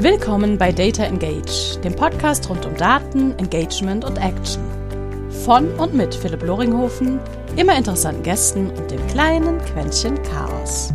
Willkommen bei Data Engage, dem Podcast rund um Daten, Engagement und Action. Von und mit Philipp Loringhofen, immer interessanten Gästen und dem kleinen Quäntchen Chaos.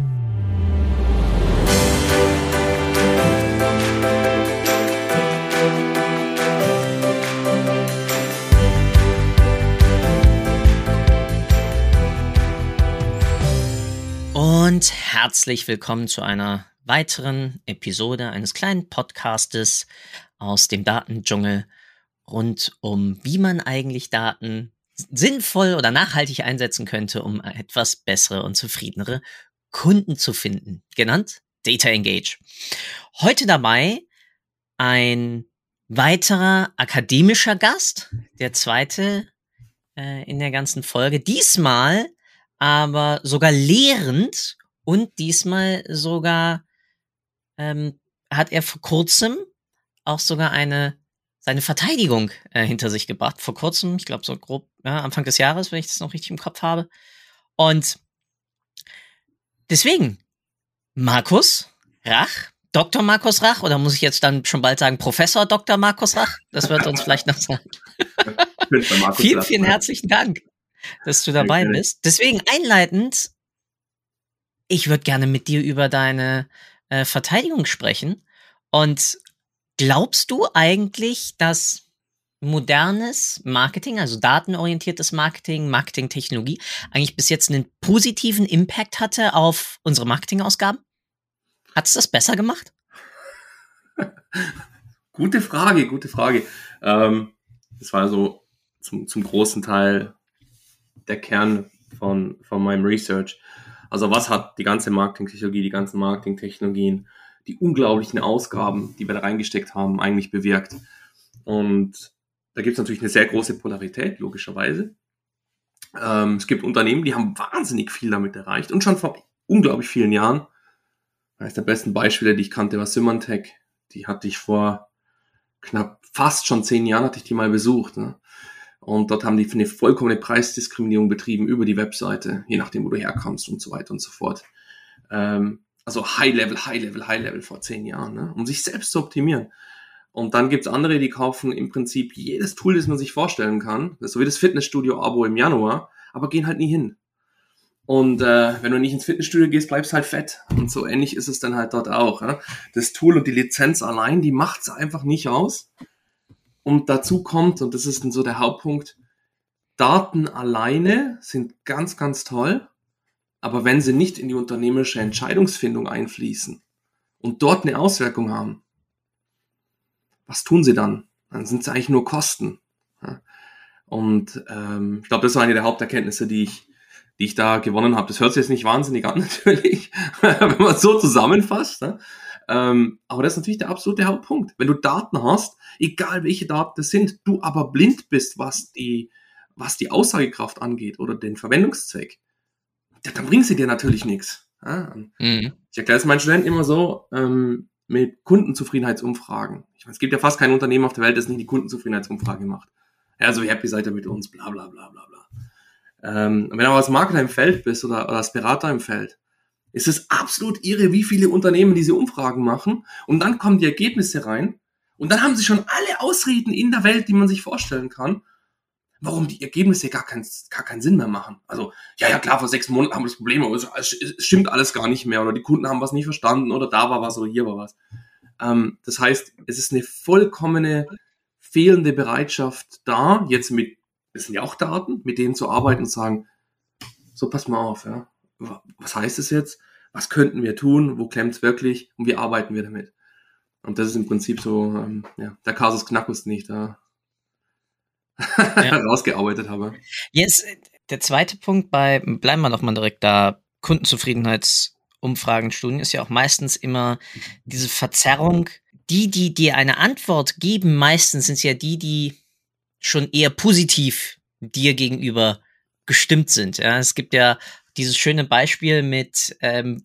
Und herzlich willkommen zu einer weiteren Episode eines kleinen Podcastes aus dem Datendschungel rund um, wie man eigentlich Daten sinnvoll oder nachhaltig einsetzen könnte, um etwas bessere und zufriedenere Kunden zu finden, genannt Data Engage. Heute dabei ein weiterer akademischer Gast, der zweite in der ganzen Folge, diesmal aber sogar lehrend und diesmal sogar hat er vor kurzem auch sogar seine Verteidigung hinter sich gebracht. Vor kurzem, ich glaube so grob Anfang des Jahres, wenn ich das noch richtig im Kopf habe. Und deswegen, Markus Rach, Dr. Markus Rach, oder muss ich jetzt dann schon bald sagen Professor Dr. Markus Rach? Das wird uns vielleicht noch sagen. Vielen herzlichen Dank, dass du dabei bist. Deswegen einleitend, ich würde gerne mit dir über deine Verteidigung sprechen. Und glaubst du eigentlich, dass modernes Marketing, also datenorientiertes Marketing, Marketingtechnologie, eigentlich bis jetzt einen positiven Impact hatte auf unsere Marketingausgaben? Hat es das besser gemacht? Gute Frage. Das war so zum großen Teil der Kern von meinem Research. Also was hat die ganze Marketingtechnologie, die ganzen Marketingtechnologien, die unglaublichen Ausgaben, die wir da reingesteckt haben, eigentlich bewirkt? Und da gibt es natürlich eine sehr große Polarität, logischerweise. Es gibt Unternehmen, die haben wahnsinnig viel damit erreicht und schon vor unglaublich vielen Jahren. Eines der besten Beispiele, die ich kannte, war Symantec. Die hatte ich vor fast schon 10 Jahren, hatte ich die mal besucht, ne? Und dort haben die eine vollkommene Preisdiskriminierung betrieben über die Webseite, je nachdem, wo du herkommst und so weiter und so fort. Also High-Level vor 10 Jahren, ne? Um sich selbst zu optimieren. Und dann gibt's andere, die kaufen im Prinzip jedes Tool, das man sich vorstellen kann. Das ist so wie das Fitnessstudio-Abo im Januar, aber gehen halt nie hin. Und wenn du nicht ins Fitnessstudio gehst, bleibst halt fett. Und so ähnlich ist es dann halt dort auch. Ja? Das Tool und die Lizenz allein, die macht's einfach nicht aus. Und dazu kommt, und das ist dann so der Hauptpunkt, Daten alleine sind ganz, ganz toll, aber wenn sie nicht in die unternehmerische Entscheidungsfindung einfließen und dort eine Auswirkung haben, was tun sie dann? Dann sind es eigentlich nur Kosten. Und ich glaube, das war eine der Haupterkenntnisse, die ich da gewonnen habe. Das hört sich jetzt nicht wahnsinnig an, natürlich, wenn man es so zusammenfasst, ne? Aber das ist natürlich der absolute Hauptpunkt. Wenn du Daten hast, egal welche Daten das sind, du aber blind bist, was die Aussagekraft angeht oder den Verwendungszweck, dann bringen sie dir natürlich nichts. Ja? Ich erkläre es meinen Studenten immer so, mit Kundenzufriedenheitsumfragen. Ich meine, es gibt ja fast kein Unternehmen auf der Welt, das nicht die Kundenzufriedenheitsumfrage macht. Ja, so wie happy seid ihr mit uns, bla bla bla bla bla. Wenn du aber als Marketer im Feld bist oder als Berater im Feld, ist es absolut irre, wie viele Unternehmen diese Umfragen machen, und dann kommen die Ergebnisse rein und dann haben sie schon alle Ausreden in der Welt, die man sich vorstellen kann, warum die Ergebnisse gar keinen Sinn mehr machen. Also, ja klar, vor 6 Monaten haben wir das Problem, aber es stimmt alles gar nicht mehr, oder die Kunden haben was nicht verstanden, oder da war was, oder hier war was. Das heißt, es ist eine vollkommene fehlende Bereitschaft da, das sind ja auch Daten, mit denen zu arbeiten und zu sagen, so, pass mal auf, ja. Was heißt es jetzt? Was könnten wir tun? Wo klemmt's wirklich? Und wie arbeiten wir damit? Und das ist im Prinzip so, der Kasus Knacktus, den ich da rausgearbeitet habe. Jetzt, der zweite Punkt bleiben wir doch mal direkt da, Kundenzufriedenheitsumfragen, Studien, ist ja auch meistens immer diese Verzerrung. Die dir eine Antwort geben, meistens sind es ja die schon eher positiv dir gegenüber gestimmt sind. Ja, es gibt ja dieses schöne Beispiel mit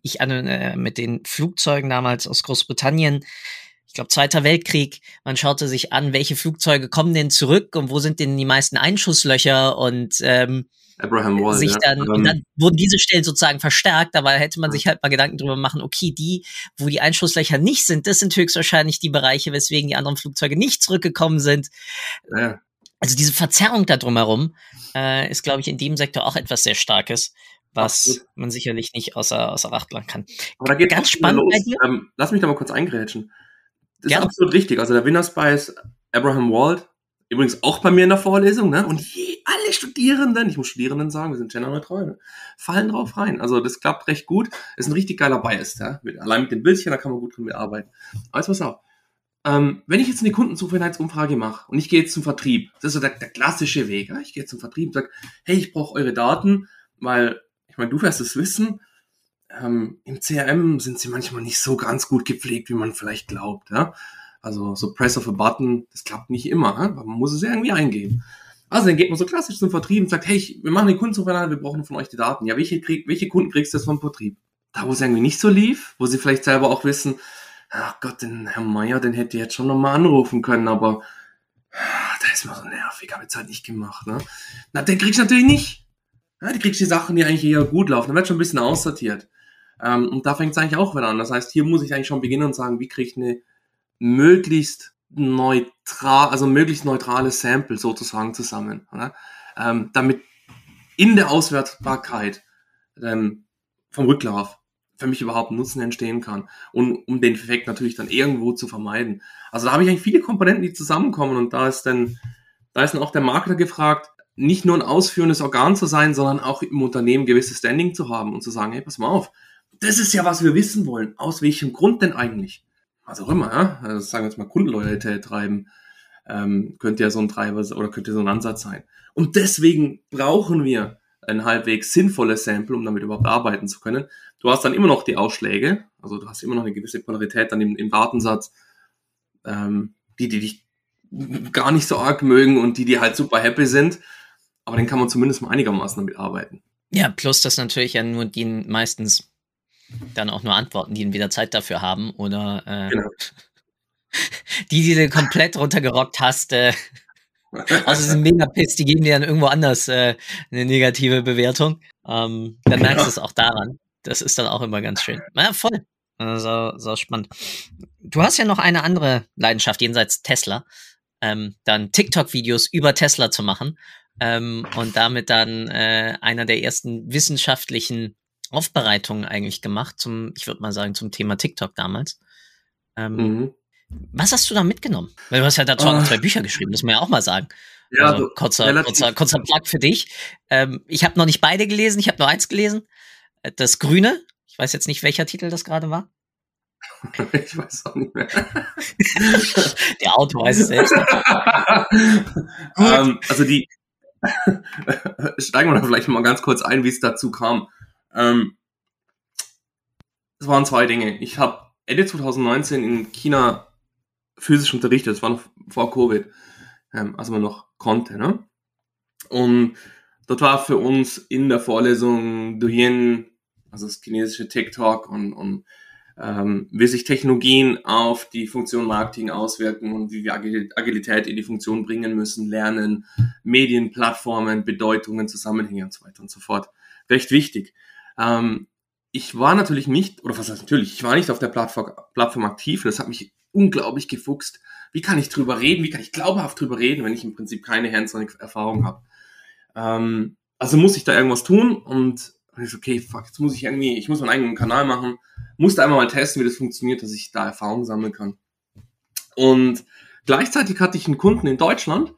den Flugzeugen damals aus Großbritannien. Ich glaube, Zweiter Weltkrieg. Man schaute sich an, welche Flugzeuge kommen denn zurück und wo sind denn die meisten Einschusslöcher, und Abraham Wald, sich dann, und dann wurden diese Stellen sozusagen verstärkt, aber hätte man sich halt mal Gedanken drüber machen, okay, wo die Einschusslöcher nicht sind, das sind höchstwahrscheinlich die Bereiche, weswegen die anderen Flugzeuge nicht zurückgekommen sind. Ja. Also diese Verzerrung da drumherum ist, glaube ich, in dem Sektor auch etwas sehr Starkes, was man sicherlich nicht außer Acht lassen kann. Aber da geht ganz spannend los. Bei dir. Lass mich da mal kurz eingrätschen. Das ist absolut richtig. Also der Winner's Prize Abraham Wald, übrigens auch bei mir in der Vorlesung, ne? Und alle Studierenden, ich muss Studierenden sagen, wir sind genderneutral, ne? Fallen drauf rein. Also das klappt recht gut. Ist ein richtig geiler Bias, ja? Allein mit dem Bildchen, da kann man gut drin mitarbeiten. Aber jetzt pass auf. Wenn ich jetzt eine Kundenzufriedenheitsumfrage mache und ich gehe jetzt zum Vertrieb, das ist so der klassische Weg. Ja? Ich gehe jetzt zum Vertrieb und sage, hey, ich brauche eure Daten, weil, ich meine, du wirst es wissen, im CRM sind sie manchmal nicht so ganz gut gepflegt, wie man vielleicht glaubt. Ja? Also so Press of a Button, das klappt nicht immer, ja? Aber man muss es ja irgendwie eingeben. Also dann geht man so klassisch zum Vertrieb und sagt, hey, wir machen eine Kundenzufriedenheit, wir brauchen von euch die Daten. Ja, welche Kunden kriegst du jetzt vom Vertrieb? Da, wo es irgendwie nicht so lief, wo sie vielleicht selber auch wissen, ach Gott, den Herrn Meier, den hätte ich jetzt schon nochmal anrufen können, aber der ist mir so nervig, habe ich jetzt halt nicht gemacht. Ne? Na, den kriegst du natürlich nicht. Ja, die kriegst die Sachen, die eigentlich eher gut laufen. Dann wird schon ein bisschen aussortiert. Und da fängt es eigentlich auch wieder an. Das heißt, hier muss ich eigentlich schon beginnen und sagen, wie kriege ich eine möglichst neutrales Sample sozusagen zusammen. Ne? Damit in der Auswertbarkeit vom Rücklauf für mich überhaupt Nutzen entstehen kann und um den Effekt natürlich dann irgendwo zu vermeiden. Also da habe ich eigentlich viele Komponenten, die zusammenkommen und da ist dann auch der Marketer gefragt, nicht nur ein ausführendes Organ zu sein, sondern auch im Unternehmen gewisses Standing zu haben und zu sagen, hey, pass mal auf, das ist ja, was wir wissen wollen. Aus welchem Grund denn eigentlich? Was auch immer, ja? Also sagen wir jetzt mal Kundenloyalität treiben, könnte ja so ein Treiber oder könnte so ein Ansatz sein. Und deswegen brauchen wir ein halbwegs sinnvolles Sample, um damit überhaupt arbeiten zu können. Du hast dann immer noch die Ausschläge, also du hast immer noch eine gewisse Polarität dann im Datensatz, die dich gar nicht so arg mögen und die halt super happy sind, aber den kann man zumindest mal einigermaßen damit arbeiten. Ja, plus dass natürlich ja nur die meistens dann auch nur antworten, die entweder Zeit dafür haben oder genau. die du komplett runtergerockt hast, also es ist ein Mega-Piss, die geben dir dann irgendwo anders eine negative Bewertung. Dann merkst du es auch daran. Das ist dann auch immer ganz schön. Ja, voll. So spannend. Du hast ja noch eine andere Leidenschaft, jenseits Tesla, dann TikTok-Videos über Tesla zu machen und damit dann einer der ersten wissenschaftlichen Aufbereitungen eigentlich gemacht, ich würde mal sagen, zum Thema TikTok damals. Was hast du da mitgenommen? Weil du hast ja dazu auch 2 Bücher geschrieben, das muss man ja auch mal sagen. Ja, also kurzer Plug für dich. Ich habe noch nicht beide gelesen, ich habe nur eins gelesen. Das Grüne. Ich weiß jetzt nicht, welcher Titel das gerade war. Ich weiß auch nicht mehr. Der Autor weiß es selbst. Also steigen wir da vielleicht mal ganz kurz ein, wie es dazu kam. Es waren 2 Dinge. Ich habe Ende 2019 in China physisch unterrichtet, das war noch vor Covid, als man noch konnte. Ne? Und dort war für uns in der Vorlesung Douyin, also das chinesische TikTok und wie sich Technologien auf die Funktion Marketing auswirken und wie wir Agilität in die Funktion bringen müssen, lernen, Medien, Plattformen, Bedeutungen, Zusammenhänge und so weiter und so fort. Recht wichtig. Ich war natürlich nicht, oder was heißt natürlich, ich war nicht auf der Plattform aktiv, das hat mich unglaublich gefuchst. Wie kann ich drüber reden? Wie kann ich glaubhaft drüber reden, wenn ich im Prinzip keine Hands-on-Erfahrung habe? Also muss ich da irgendwas tun und ich so, okay, fuck, jetzt muss ich muss meinen eigenen Kanal machen, musste einmal mal testen, wie das funktioniert, dass ich da Erfahrung sammeln kann. Und gleichzeitig hatte ich einen Kunden in Deutschland,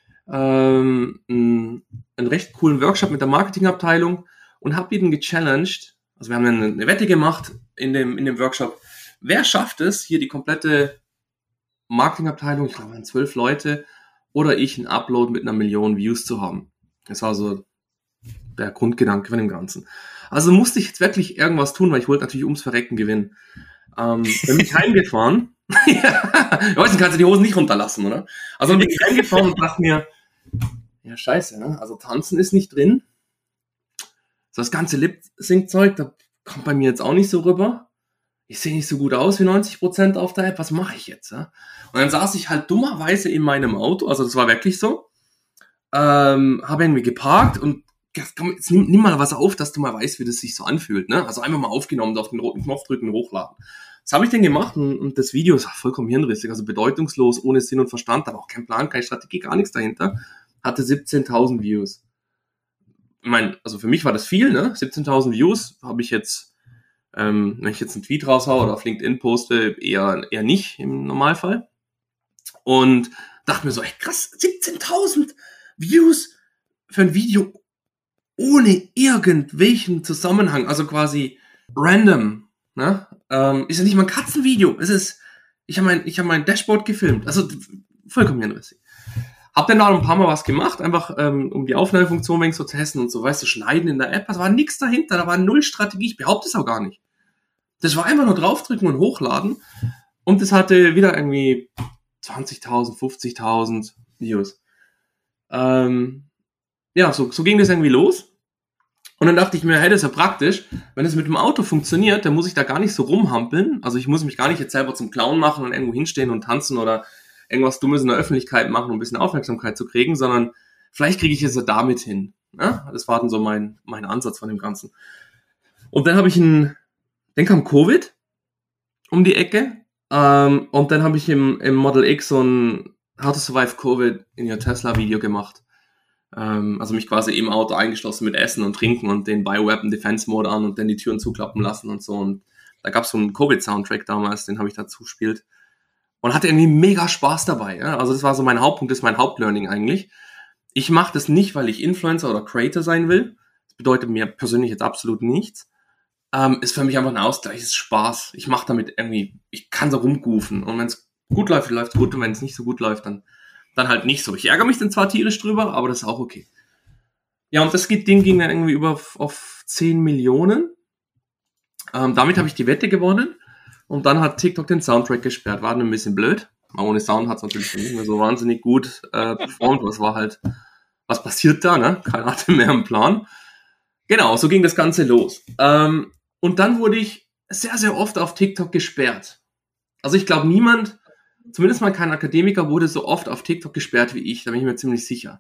einen recht coolen Workshop mit der Marketingabteilung und habe ihn gechallenged. Also wir haben eine Wette gemacht in dem Workshop. Wer schafft es, hier die komplette Marketingabteilung, ich glaube, waren 12 Leute, oder ich einen Upload mit 1 Million Views zu haben? Das war so der Grundgedanke von dem Ganzen. Also musste ich jetzt wirklich irgendwas tun, weil ich wollte natürlich ums Verrecken gewinnen. Bin ich heimgefahren. Ja, heute kannst du die Hosen nicht runterlassen, oder? Also bin ich heimgefahren und dachte mir, ja scheiße, ne? Also tanzen ist nicht drin. So das ganze Lip-Sync-Zeug, da kommt bei mir jetzt auch nicht so rüber. Ich sehe nicht so gut aus wie 90% auf der App, was mache ich jetzt? Ja? Und dann saß ich halt dummerweise in meinem Auto, also das war wirklich so, habe irgendwie geparkt und komm, jetzt nimm mal was auf, dass du mal weißt, wie das sich so anfühlt, ne? Also einfach mal aufgenommen und auf den roten Knopf drücken und hochladen. Das habe ich dann gemacht und das Video ist vollkommen hirnrissig, also bedeutungslos, ohne Sinn und Verstand, aber auch kein Plan, keine Strategie, gar nichts dahinter. Hatte 17.000 Views. Ich meine, also für mich war das viel, ne? 17.000 Views habe ich jetzt, wenn ich jetzt einen Tweet raushaue oder auf LinkedIn poste, eher nicht im Normalfall. Und dachte mir so, ey, krass, 17.000 Views für ein Video ohne irgendwelchen Zusammenhang, also quasi random, ne? Ist ja nicht mal ein Katzenvideo. Ich habe mein Dashboard gefilmt, also vollkommen hirnrissig. Hab dann da ein paar Mal was gemacht, einfach um die Aufnahmefunktion wenig so zu testen und so, weißt du, schneiden in der App, da war nichts dahinter, da war null Strategie, ich behaupte es auch gar nicht. Das war einfach nur draufdrücken und hochladen und das hatte wieder irgendwie 20.000, 50.000 Views. Ja, so ging das irgendwie los. Und dann dachte ich mir, hey, das ist ja praktisch, wenn es mit dem Auto funktioniert, dann muss ich da gar nicht so rumhampeln. Also ich muss mich gar nicht jetzt selber zum Clown machen und irgendwo hinstehen und tanzen oder irgendwas Dummes in der Öffentlichkeit machen, um ein bisschen Aufmerksamkeit zu kriegen, sondern vielleicht kriege ich es ja damit hin. Ja? Das war dann so mein Ansatz von dem Ganzen. Und dann kam Covid um die Ecke. Und dann habe ich im Model X so ein How to Survive Covid in Your Tesla Video gemacht. Also mich quasi im Auto eingeschlossen mit Essen und Trinken und den Bioweapon Defense Mode an und dann die Türen zuklappen lassen und so. Und da gab es so einen Covid-Soundtrack damals, den habe ich dazu gespielt. Und hatte irgendwie mega Spaß dabei. Ja? Also das war so mein Hauptpunkt, das ist mein Hauptlearning eigentlich. Ich mache das nicht, weil ich Influencer oder Creator sein will. Das bedeutet mir persönlich jetzt absolut nichts. Ist für mich einfach ein Ausgleich, ist Spaß. Ich mache damit irgendwie, ich kann so rumgoofen. Und wenn es gut läuft, läuft es gut. Und wenn es nicht so gut läuft, dann halt nicht so. Ich ärgere mich dann zwar tierisch drüber, aber das ist auch okay. Ja, und das Ding ging dann irgendwie auf 10 Millionen. Damit habe ich die Wette gewonnen. Und dann hat TikTok den Soundtrack gesperrt. War dann ein bisschen blöd. Aber ohne Sound hat es natürlich nicht mehr so wahnsinnig gut performt. Was passiert da, ne? Keiner hatte mehr einen Plan. Genau, so ging das Ganze los. Und dann wurde ich sehr, sehr oft auf TikTok gesperrt. Also ich glaube, niemand, zumindest mal kein Akademiker, wurde so oft auf TikTok gesperrt wie ich. Da bin ich mir ziemlich sicher.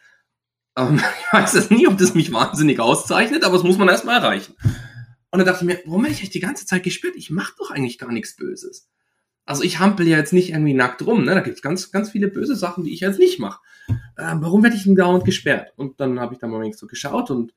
Ich weiß jetzt nie, ob das mich wahnsinnig auszeichnet, aber das muss man erstmal erreichen. Und dann dachte ich mir, warum werde ich echt die ganze Zeit gesperrt? Ich mache doch eigentlich gar nichts Böses. Also ich hampel ja jetzt nicht irgendwie nackt rum, ne? Da gibt es ganz, ganz viele böse Sachen, die ich jetzt nicht mache. Warum werde ich denn dauernd gesperrt? Und dann habe ich da mal wenigstens so geschaut und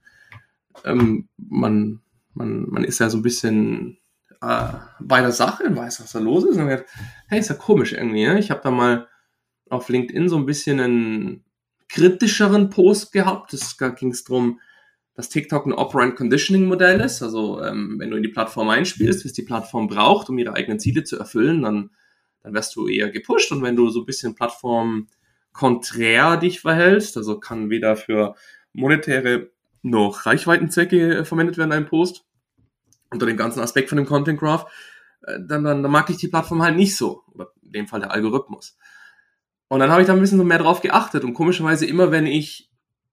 man ist ja so ein bisschen bei der Sache und weiß, was da los ist. Und dann gedacht, hey, ist ja komisch irgendwie. Ne? Ich habe da mal auf LinkedIn so ein bisschen einen kritischeren Post gehabt. Da ging es darum, dass TikTok ein Operant Conditioning Modell ist. Also wenn du in die Plattform einspielst, wie es die Plattform braucht, um ihre eigenen Ziele zu erfüllen, dann wirst du eher gepusht. Und wenn du so ein bisschen plattformkonträr dich verhältst, also kann weder für monetäre noch Reichweitenzwecke verwendet werden, ein Post, unter dem ganzen Aspekt von dem Content Graph, dann mag ich die Plattform halt nicht so. Oder in dem Fall der Algorithmus. Und dann habe ich da ein bisschen so mehr drauf geachtet. Und komischerweise immer, wenn ich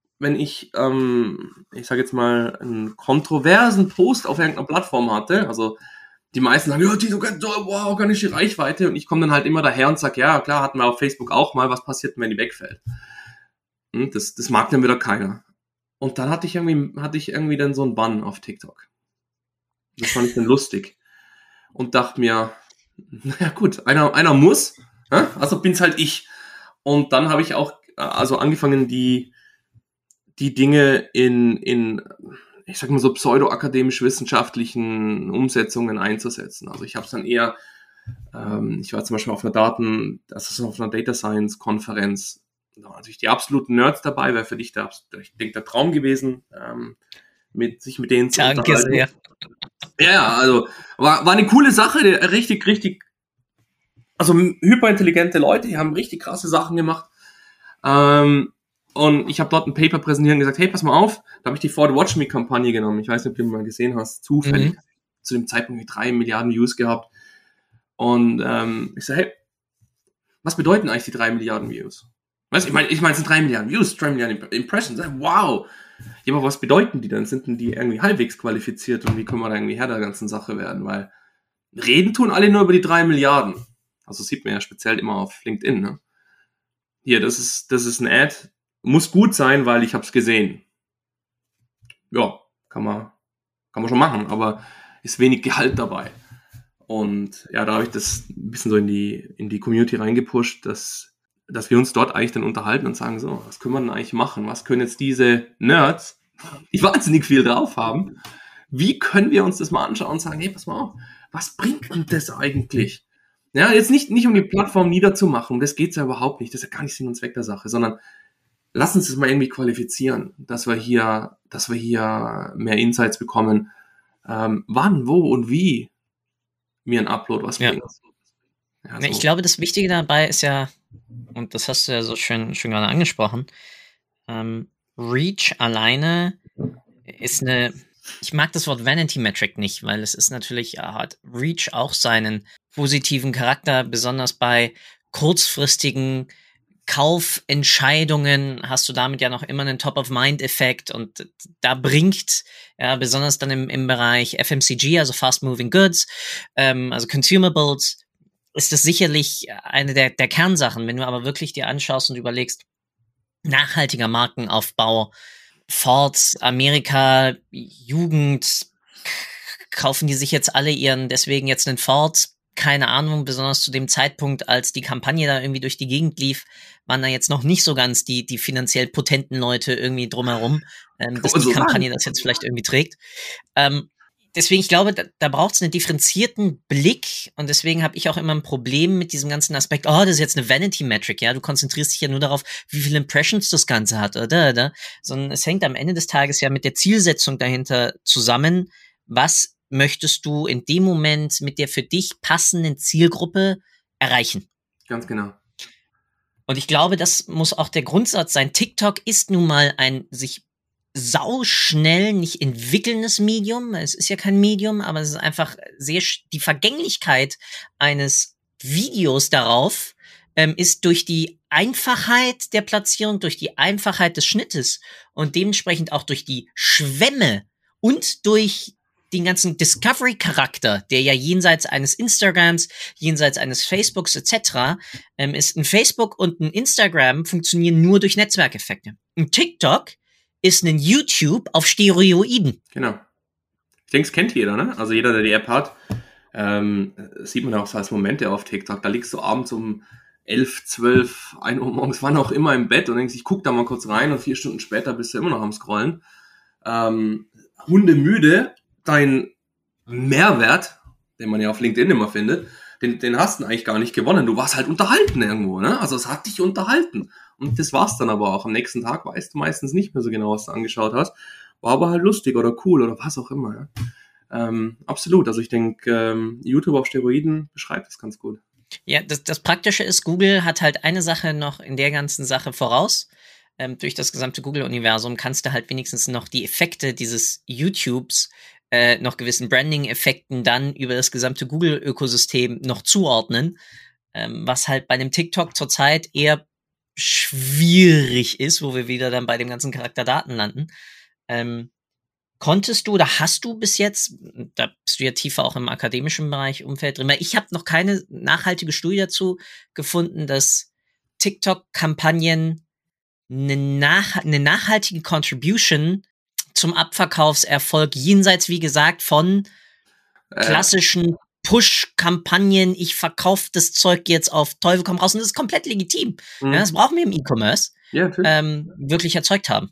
sage jetzt mal, einen kontroversen Post auf irgendeiner Plattform hatte, also die meisten sagen, ja, wow, organische Reichweite, und ich komme dann halt immer daher und sage, ja, klar, hatten wir auf Facebook auch mal, was passiert, wenn die wegfällt? Das mag dann wieder keiner. Und dann hatte ich irgendwie dann so einen Bann auf TikTok. Das fand ich dann lustig. Und dachte mir, naja gut, einer muss, also bin's halt ich. Und dann habe ich auch angefangen, die Dinge in ich sag mal so pseudo-akademisch-wissenschaftlichen Umsetzungen einzusetzen. Also ich habe es dann eher, ich war zum Beispiel auf einer Data Science Konferenz, da waren natürlich die absoluten Nerds dabei, wäre für dich ich denke, der Traum gewesen, sich mit denen zu unterhalten. Danke sehr. Ja, also war eine coole Sache, richtig, also hyperintelligente Leute, die haben richtig krasse Sachen gemacht. Und ich habe dort ein Paper präsentiert und gesagt, hey, pass mal auf, da habe ich die Ford Watch Me Kampagne genommen. Ich weiß nicht, ob du die mal gesehen hast, zufällig. Zu dem Zeitpunkt 3 Milliarden Views gehabt. Und ich sage, hey, was bedeuten eigentlich die 3 Milliarden Views? Weißt du, ich meine, es sind 3 Milliarden Views, 3 Milliarden Impressions. Wow! Ja, aber was bedeuten die dann? Sind denn die irgendwie halbwegs qualifiziert und wie können wir da irgendwie Herr der ganzen Sache werden? Weil reden tun alle nur über die 3 Milliarden. Also sieht man ja speziell immer auf LinkedIn, ne? Hier, das ist ein Ad. Muss gut sein, weil ich habe es gesehen. ja, kann man schon machen, aber ist wenig Gehalt dabei. Und ja, da habe ich das ein bisschen so in die Community reingepusht, dass wir uns dort eigentlich dann unterhalten und sagen, so, was können wir denn eigentlich machen? Was können jetzt diese Nerds, die wahnsinnig viel drauf haben, wie können wir uns das mal anschauen und sagen, hey, pass mal auf, was bringt denn das eigentlich? Ja, jetzt nicht um die Plattform niederzumachen, das geht's ja überhaupt nicht, das ist ja gar nicht Sinn und Zweck der Sache, sondern lass uns das mal irgendwie qualifizieren, dass wir hier mehr Insights bekommen, wann, wo und wie mir ein Upload was bringt. Ja, so. Ich glaube, das Wichtige dabei ist ja, und das hast du ja so schön gerade angesprochen, Reach alleine ist ich mag das Wort Vanity Metric nicht, weil es ist natürlich, hat Reach auch seinen positiven Charakter, besonders bei kurzfristigen Kaufentscheidungen hast du damit ja noch immer einen Top-of-Mind-Effekt und da bringt, ja, besonders dann im Bereich FMCG, also Fast-Moving Goods, also Consumables, ist das sicherlich eine der Kernsachen. Wenn du aber wirklich dir anschaust und überlegst, nachhaltiger Markenaufbau, Ford, Amerika, Jugend, kaufen die sich jetzt alle deswegen jetzt einen Ford? Keine Ahnung, besonders zu dem Zeitpunkt, als die Kampagne da irgendwie durch die Gegend lief, waren da jetzt noch nicht so ganz die finanziell potenten Leute irgendwie drumherum, dass die Kampagne das jetzt vielleicht irgendwie trägt. Deswegen, ich glaube, da braucht es einen differenzierten Blick und deswegen habe ich auch immer ein Problem mit diesem ganzen Aspekt, das ist jetzt eine Vanity-Metric, ja, du konzentrierst dich ja nur darauf, wie viele Impressions das Ganze hat, oder? Sondern es hängt am Ende des Tages ja mit der Zielsetzung dahinter zusammen, was möchtest du in dem Moment mit der für dich passenden Zielgruppe erreichen? Ganz genau. Und ich glaube, das muss auch der Grundsatz sein. TikTok ist nun mal ein sich sauschnell nicht entwickelndes Medium. Es ist ja kein Medium, aber es ist einfach die Vergänglichkeit eines Videos darauf ist durch die Einfachheit der Platzierung, durch die Einfachheit des Schnittes und dementsprechend auch durch die Schwämme und durch den ganzen Discovery-Charakter, der ja jenseits eines Instagrams, jenseits eines Facebooks etc. Ist. Ein Facebook und ein Instagram funktionieren nur durch Netzwerkeffekte. Ein TikTok ist ein YouTube auf Steroiden. Genau. Ich denke, es kennt jeder, ne? Also jeder, der die App hat, sieht man auch so als Momente auf TikTok. Da liegst du abends um 11, 12, 1 Uhr morgens, wann auch immer im Bett und denkst, ich guck da mal kurz rein und 4 Stunden später bist du immer noch am Scrollen. Hundemüde, dein Mehrwert, den man ja auf LinkedIn immer findet, den hast du eigentlich gar nicht gewonnen. Du warst halt unterhalten irgendwo, ne? Also es hat dich unterhalten. Und das war's dann aber auch. Am nächsten Tag weißt du meistens nicht mehr so genau, was du angeschaut hast. War aber halt lustig oder cool oder was auch immer, ja. Absolut. Also ich denke, YouTube auf Steroiden beschreibt das ganz gut. Ja, das Praktische ist, Google hat halt eine Sache noch in der ganzen Sache voraus. Durch das gesamte Google-Universum kannst du halt wenigstens noch die Effekte dieses YouTubes noch gewissen Branding-Effekten dann über das gesamte Google-Ökosystem noch zuordnen, was halt bei einem TikTok zurzeit eher schwierig ist, wo wir wieder dann bei dem ganzen Charakter Daten landen. Konntest du oder hast du bis jetzt, da bist du ja tiefer auch im akademischen Bereich Umfeld drin, weil ich habe noch keine nachhaltige Studie dazu gefunden, dass TikTok-Kampagnen eine nachhaltige Contribution zum Abverkaufserfolg jenseits, wie gesagt, von klassischen Push-Kampagnen, ich verkaufe das Zeug jetzt auf Teufel komm raus und das ist komplett legitim. Ja, das brauchen wir im E-Commerce. Ja, wirklich erzeugt haben.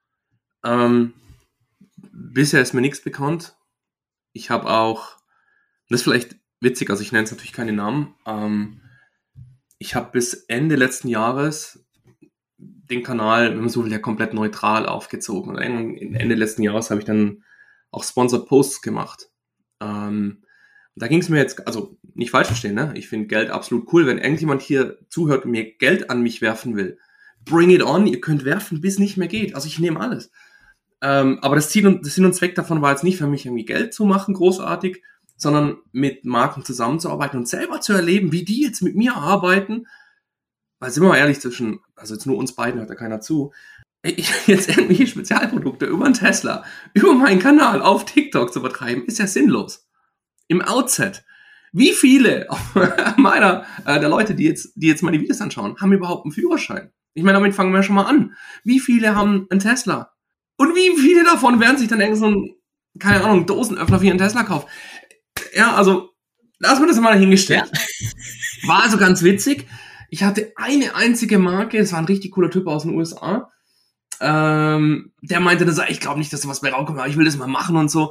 Bisher ist mir nichts bekannt. Ich habe auch, das ist vielleicht witzig, also ich nenne es natürlich keine Namen, ich habe bis Ende letzten Jahres den Kanal, wenn man so will, ja komplett neutral aufgezogen. Und Ende letzten Jahres habe ich dann auch Sponsored Posts gemacht. Da ging es mir jetzt, also nicht falsch verstehen, ne? Ich finde Geld absolut cool. Wenn irgendjemand hier zuhört und mir Geld an mich werfen will, bring it on, ihr könnt werfen, bis nicht mehr geht. Also ich nehme alles. Aber das Sinn und Zweck davon war jetzt nicht für mich irgendwie Geld zu machen, großartig, sondern mit Marken zusammenzuarbeiten und selber zu erleben, wie die jetzt mit mir arbeiten. Weil, sind wir mal ehrlich, also jetzt nur uns beiden hört da keiner zu, jetzt irgendwelche Spezialprodukte über einen Tesla, über meinen Kanal auf TikTok zu vertreiben, ist ja sinnlos. Im Outset. Wie viele der Leute, die jetzt meine Videos anschauen, haben überhaupt einen Führerschein? Ich meine, damit fangen wir schon mal an. Wie viele haben einen Tesla? Und wie viele davon werden sich dann irgend so ein, keine Ahnung, Dosenöffner für ihren Tesla kaufen? Ja, also, lass mir das mal dahingestellt. Ja. War also ganz witzig. Ich hatte eine einzige Marke, das war ein richtig cooler Typ aus den USA. Der meinte dann so, ich glaube nicht, dass da was bei rauskommt, aber ich will das mal machen und so.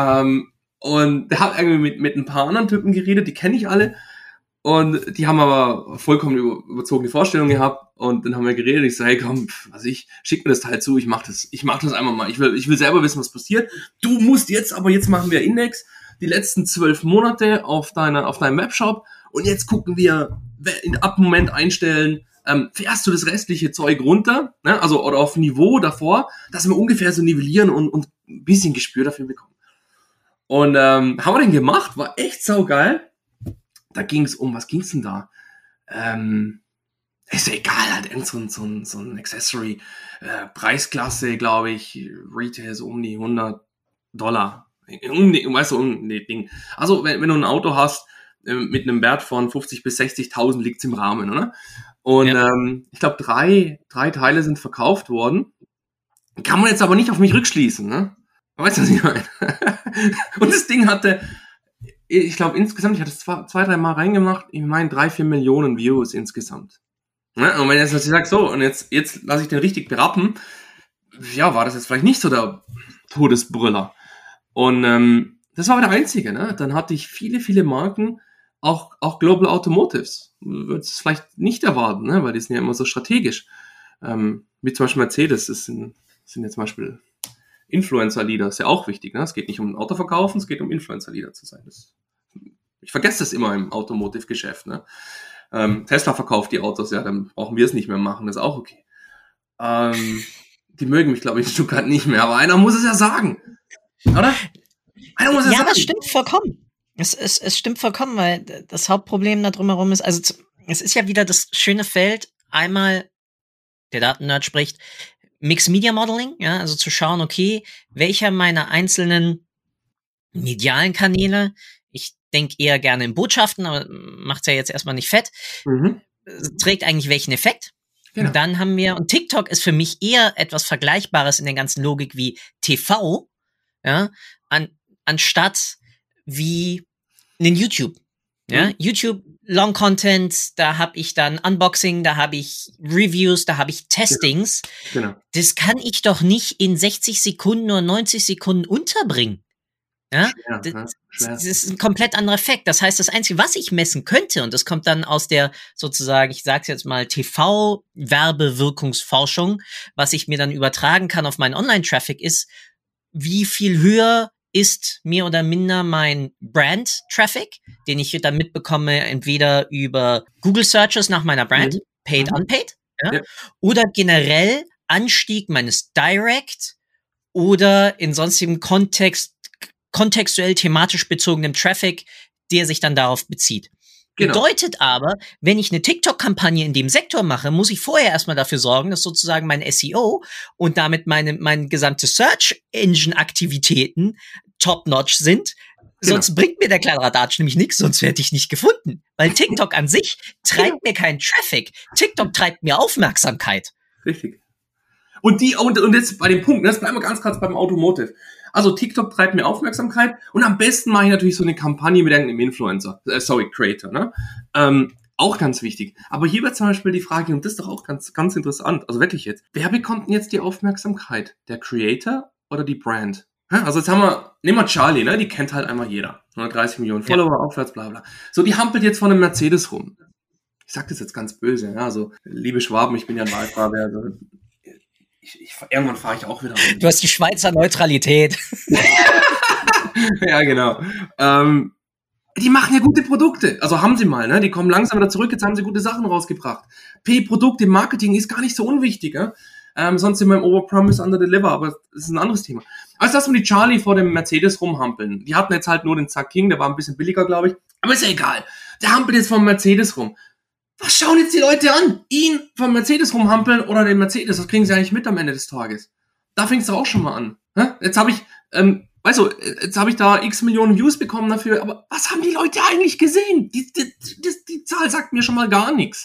Und der hat irgendwie mit ein paar anderen Typen geredet, die kenne ich alle. Und die haben aber vollkommen überzogene Vorstellungen gehabt. Und dann haben wir geredet. Ich so, hey, komm, schick mir das Teil zu. Ich mach das einmal mal. Ich will selber wissen, was passiert. Du musst jetzt machen wir Index. Die letzten 12 Monate auf deinem Webshop. Und jetzt gucken wir, ab Moment einstellen, fährst du das restliche Zeug runter, ne? Also, oder auf Niveau davor, dass wir ungefähr so nivellieren und ein bisschen Gespür dafür bekommen. Und haben wir den gemacht, war echt saugeil. Da ging's um, was ging's denn da? Ist ja egal, halt irgend so ein Accessory, Preisklasse, glaube ich, Retail so um die $100. Weißt du, Ding. Also, wenn du ein Auto hast, mit einem Wert von 50.000 bis 60.000 liegt's im Rahmen, oder? Und ich glaube, drei Teile sind verkauft worden. Kann man jetzt aber nicht auf mich rückschließen, ne? Weißt du, was ich meine? Und das Ding hatte, ich glaube insgesamt, ich hatte es 2-3 Mal reingemacht, ich meine 3-4 Millionen Views insgesamt. Ne? Und wenn jetzt natürlich sagst, so, und jetzt lasse ich den richtig berappen, ja, war das jetzt vielleicht nicht so der Todesbrüller. Und das war aber der einzige, ne? Dann hatte ich viele Marken, auch Global Automotives. Würdest es vielleicht nicht erwarten, ne? Weil die sind ja immer so strategisch. Wie zum Beispiel Mercedes, das sind ja zum Beispiel Influencer-Leader, ist ja auch wichtig, ne? Es geht nicht um Autoverkaufen, es geht um Influencer-Leader zu sein. Ich vergesse das immer im Automotive-Geschäft, ne? Tesla verkauft die Autos, ja, dann brauchen wir es nicht mehr machen, das ist auch okay. Die mögen mich, glaube ich, in Stuttgart nicht mehr, aber einer muss es ja sagen, oder? Einer muss es sagen. Das stimmt vollkommen. Es stimmt vollkommen, weil das Hauptproblem da drumherum ist, also es ist ja wieder das schöne Feld, einmal, der Daten-Nerd spricht, Mixed Media Modeling, ja, also zu schauen, okay, welcher meiner einzelnen medialen Kanäle, ich denke eher gerne in Botschaften, aber macht's ja jetzt erstmal nicht fett, trägt eigentlich welchen Effekt? Genau. Und dann haben wir, und TikTok ist für mich eher etwas Vergleichbares in der ganzen Logik wie TV, ja, anstatt wie in YouTube. Ja, YouTube, Long Content, da habe ich dann Unboxing, da habe ich Reviews, da habe ich Testings. Genau. Das kann ich doch nicht in 60 Sekunden oder 90 Sekunden unterbringen. Ja, das ist ein komplett anderer Effekt. Das heißt, das Einzige, was ich messen könnte, und das kommt dann aus der sozusagen, ich sag's jetzt mal, TV-Werbewirkungsforschung, was ich mir dann übertragen kann auf meinen Online-Traffic, ist, wie viel höher ist mehr oder minder mein Brand-Traffic, den ich dann mitbekomme, entweder über Google Searches nach meiner Brand, paid, unpaid, ja, oder generell Anstieg meines Direct oder in sonstigem kontextuell thematisch bezogenem Traffic, der sich dann darauf bezieht. Genau. Bedeutet aber, wenn ich eine TikTok-Kampagne in dem Sektor mache, muss ich vorher erstmal dafür sorgen, dass sozusagen mein SEO und damit meine gesamte Search-Engine-Aktivitäten top-notch sind. Genau. Sonst bringt mir der Kladderadatsch nämlich nichts, sonst werde ich nicht gefunden. Weil TikTok an sich treibt mir keinen Traffic. TikTok treibt mir Aufmerksamkeit. Richtig. Und jetzt bei dem Punkt, das bleiben wir ganz kurz beim Automotive. Also TikTok treibt mir Aufmerksamkeit und am besten mache ich natürlich so eine Kampagne mit irgendeinem Influencer, Creator, ne? Auch ganz wichtig. Aber hier wird zum Beispiel die Frage, und das ist doch auch ganz, ganz interessant, also wirklich jetzt, wer bekommt denn jetzt die Aufmerksamkeit? Der Creator oder die Brand? Also jetzt nehmen wir Charlie, ne? Die kennt halt einmal jeder. 130 Millionen Follower, aufwärts, bla bla. So, die hampelt jetzt von einem Mercedes rum. Ich sag das jetzt ganz böse, ja? Also, liebe Schwaben, ich bin ja ein Wahlfahrer, also irgendwann fahre ich auch wieder rein. Du hast die Schweizer Neutralität. Ja, genau. Die machen ja gute Produkte. Also haben sie mal, ne? Die kommen langsam wieder zurück. Jetzt haben sie gute Sachen rausgebracht. Produkte im Marketing ist gar nicht so unwichtig, ja? Sonst sind wir im Overpromise, Underdeliver, aber das ist ein anderes Thema. Also lassen wir die Charlie vor dem Mercedes rumhampeln. Die hatten jetzt halt nur den Zack King, der war ein bisschen billiger, glaube ich. Aber ist ja egal. Der hampelt jetzt vom Mercedes rum. Was schauen jetzt die Leute an? Ihn vom Mercedes rumhampeln oder den Mercedes? Das kriegen sie eigentlich mit am Ende des Tages. Da fängst du auch schon mal an. Jetzt habe ich, jetzt habe ich da x Millionen Views bekommen dafür, aber was haben die Leute eigentlich gesehen? Die Zahl sagt mir schon mal gar nichts.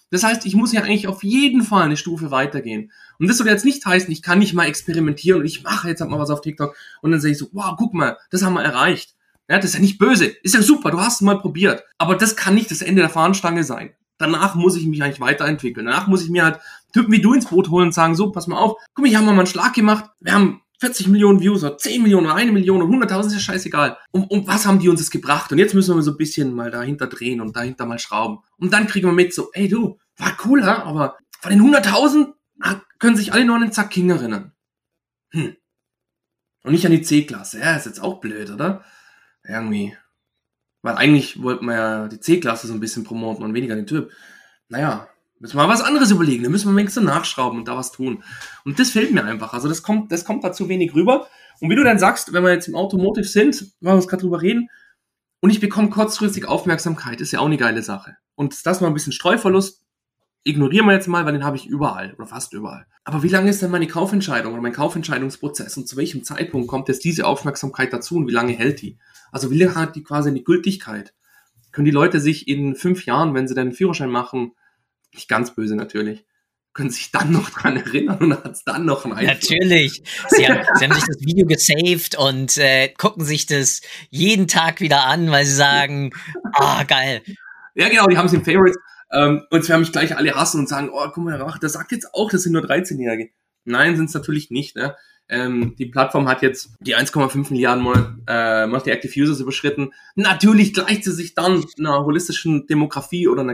Das heißt, ich muss ja eigentlich auf jeden Fall eine Stufe weitergehen. Und das soll jetzt nicht heißen, ich kann nicht mal experimentieren und ich mache jetzt halt mal was auf TikTok und dann sage ich so, wow, guck mal, das haben wir erreicht. Ja, das ist ja nicht böse, ist ja super, du hast es mal probiert. Aber das kann nicht das Ende der Fahnenstange sein. Danach muss ich mich eigentlich weiterentwickeln. Danach muss ich mir halt Typen wie du ins Boot holen und sagen, so, pass mal auf, guck mal, hier haben wir mal einen Schlag gemacht, wir haben 40 Millionen Views oder 10 Millionen oder 1 Million oder 100.000, ist ja scheißegal. Und was haben die uns jetzt gebracht? Und jetzt müssen wir so ein bisschen mal dahinter drehen und dahinter mal schrauben. Und dann kriegen wir mit so, ey du, war cool, ha? Aber von den 100.000 können sich alle nur an den Zack King erinnern. Und nicht an die C-Klasse. Ja, ist jetzt auch blöd, oder? Irgendwie. Weil eigentlich wollten wir ja die C-Klasse so ein bisschen promoten und weniger den Typ. Naja, müssen wir mal was anderes überlegen. Da müssen wir wenigstens nachschrauben und da was tun. Und das fehlt mir einfach. Also das kommt da zu wenig rüber. Und wie du dann sagst, wenn wir jetzt im Automotive sind, wollen wir uns gerade drüber reden, und ich bekomme kurzfristig Aufmerksamkeit, ist ja auch eine geile Sache. Und das mal ein bisschen Streuverlust, ignorieren wir jetzt mal, weil den habe ich überall oder fast überall. Aber wie lange ist denn meine Kaufentscheidung oder mein Kaufentscheidungsprozess und zu welchem Zeitpunkt kommt jetzt diese Aufmerksamkeit dazu und wie lange hält die? Also wie lange hat die quasi eine Gültigkeit? Können die Leute sich in 5 Jahren, wenn sie dann einen Führerschein machen, nicht ganz böse natürlich, können sich dann noch dran erinnern und hat es dann noch einen Einfluss? Natürlich. Sie haben sich das Video gesaved und gucken sich das jeden Tag wieder an, weil sie sagen, geil. Ja genau, die haben es im Favorites. Und wir haben mich gleich alle hassen und sagen, oh, guck mal, das sagt jetzt auch, das sind nur 13-Jährige. Nein, sind es natürlich nicht. Ne? Die Plattform hat jetzt die 1,5 Milliarden Monthly Active Users überschritten. Natürlich gleicht sie sich dann einer holistischen Demografie oder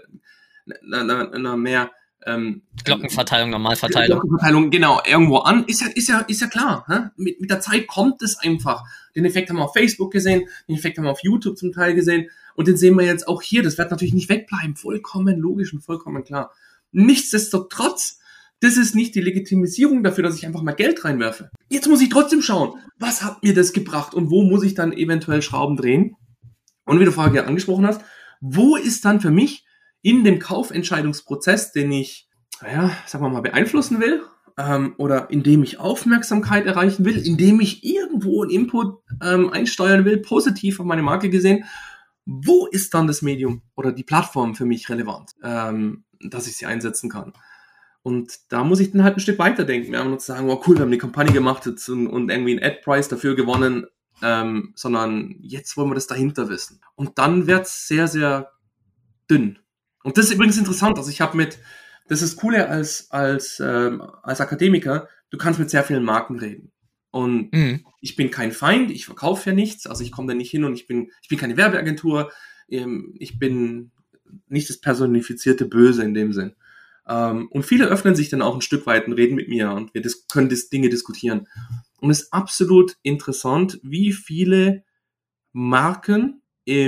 einer mehr Glockenverteilung, Normalverteilung. Glockenverteilung, genau, irgendwo an. Ist ja klar. Hä? Mit der Zeit kommt es einfach. Den Effekt haben wir auf Facebook gesehen, den Effekt haben wir auf YouTube zum Teil gesehen. Und den sehen wir jetzt auch hier. Das wird natürlich nicht wegbleiben. Vollkommen logisch und vollkommen klar. Nichtsdestotrotz, das ist nicht die Legitimisierung dafür, dass ich einfach mal Geld reinwerfe. Jetzt muss ich trotzdem schauen, was hat mir das gebracht und wo muss ich dann eventuell Schrauben drehen? Und wie du vorher angesprochen hast, wo ist dann für mich in dem Kaufentscheidungsprozess, den ich, sagen wir mal, beeinflussen will, oder indem ich Aufmerksamkeit erreichen will, indem ich irgendwo einen Input einsteuern will, positiv auf meine Marke gesehen, wo ist dann das Medium oder die Plattform für mich relevant, dass ich sie einsetzen kann? Und da muss ich dann halt ein Stück weiterdenken. Wir haben uns sagen, oh cool, wir haben eine Kampagne gemacht und irgendwie einen Ad-Price dafür gewonnen, sondern jetzt wollen wir das dahinter wissen. Und dann wird's sehr, sehr dünn. Und das ist übrigens interessant. Also das ist coole als Akademiker, du kannst mit sehr vielen Marken reden. Und ich bin kein Feind, ich verkaufe ja nichts, also ich komme da nicht hin und ich bin keine Werbeagentur, ich bin nicht das personifizierte Böse in dem Sinn. Und viele öffnen sich dann auch ein Stück weit und reden mit mir und wir können Dinge diskutieren. Und es ist absolut interessant, wie viele Marken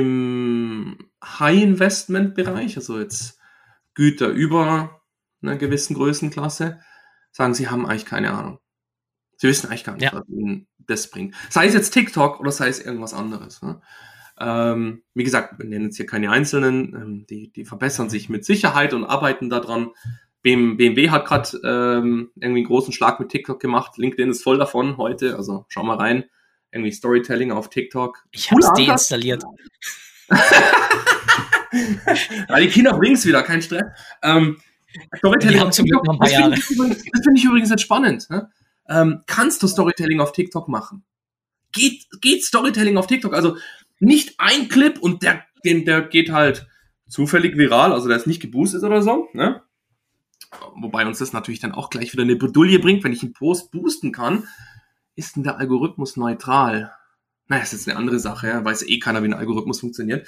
im High-Investment-Bereich, also jetzt Güter über einer gewissen Größenklasse, sagen, sie haben eigentlich keine Ahnung. Sie wissen eigentlich gar nicht, was ihnen das bringt. Sei es jetzt TikTok oder sei es irgendwas anderes. Ne? Wie gesagt, wir nennen jetzt hier keine Einzelnen, die verbessern sich mit Sicherheit und arbeiten daran. BMW hat gerade irgendwie einen großen Schlag mit TikTok gemacht. LinkedIn ist voll davon heute, also schau mal rein. Irgendwie Storytelling auf TikTok. Ich habe es deinstalliert. Ja, die Kinder bringen es wieder, kein Stress. Storytelling auf TikTok, das finde ich übrigens jetzt spannend. Ne? Kannst du Storytelling auf TikTok machen? Geht Storytelling auf TikTok? Also nicht ein Clip und der geht halt zufällig viral, also der ist nicht geboostet oder so. Ne? Wobei uns das natürlich dann auch gleich wieder eine Bredouille bringt, wenn ich einen Post boosten kann. Ist denn der Algorithmus neutral? Naja, das ist jetzt eine andere Sache, ja? Weiß eh keiner, wie ein Algorithmus funktioniert.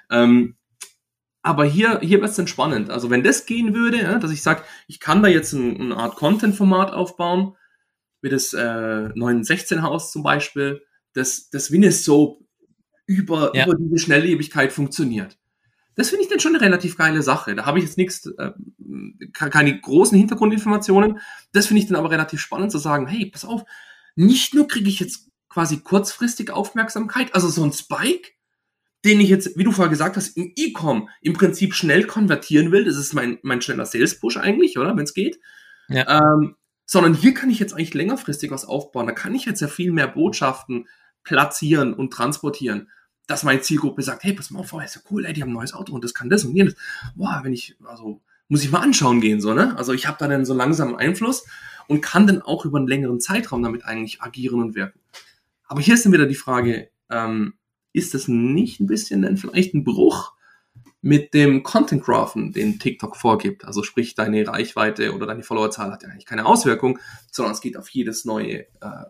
Aber hier wird es dann spannend. Also wenn das gehen würde, ja, dass ich sage, ich kann da jetzt eine Art Content-Format aufbauen, wie das 916-Haus zum Beispiel, das wie eine Soap über diese Schnelllebigkeit funktioniert. Das finde ich dann schon eine relativ geile Sache. Da habe ich jetzt keine großen Hintergrundinformationen. Das finde ich dann aber relativ spannend zu sagen, hey, pass auf, nicht nur kriege ich jetzt quasi kurzfristig Aufmerksamkeit, also so ein Spike, den ich jetzt, wie du vorher gesagt hast, im E-Com im Prinzip schnell konvertieren will. Das ist mein schneller Sales-Push eigentlich, oder? Wenn es geht. Ja. Sondern hier kann ich jetzt eigentlich längerfristig was aufbauen. Da kann ich jetzt ja viel mehr Botschaften platzieren und transportieren, dass meine Zielgruppe sagt, hey, pass mal auf, ist ja cool, ey, die haben ein neues Auto und das kann das und jenes. Boah, wenn ich also muss ich mal anschauen gehen, so, ne? Also ich habe da dann so langsam Einfluss und kann dann auch über einen längeren Zeitraum damit eigentlich agieren und wirken. Aber hier ist dann wieder die Frage, ist das nicht ein bisschen dann vielleicht ein Bruch mit dem Content Graphen, den TikTok vorgibt? Also sprich, deine Reichweite oder deine Followerzahl hat ja eigentlich keine Auswirkung, sondern es geht auf jedes neue,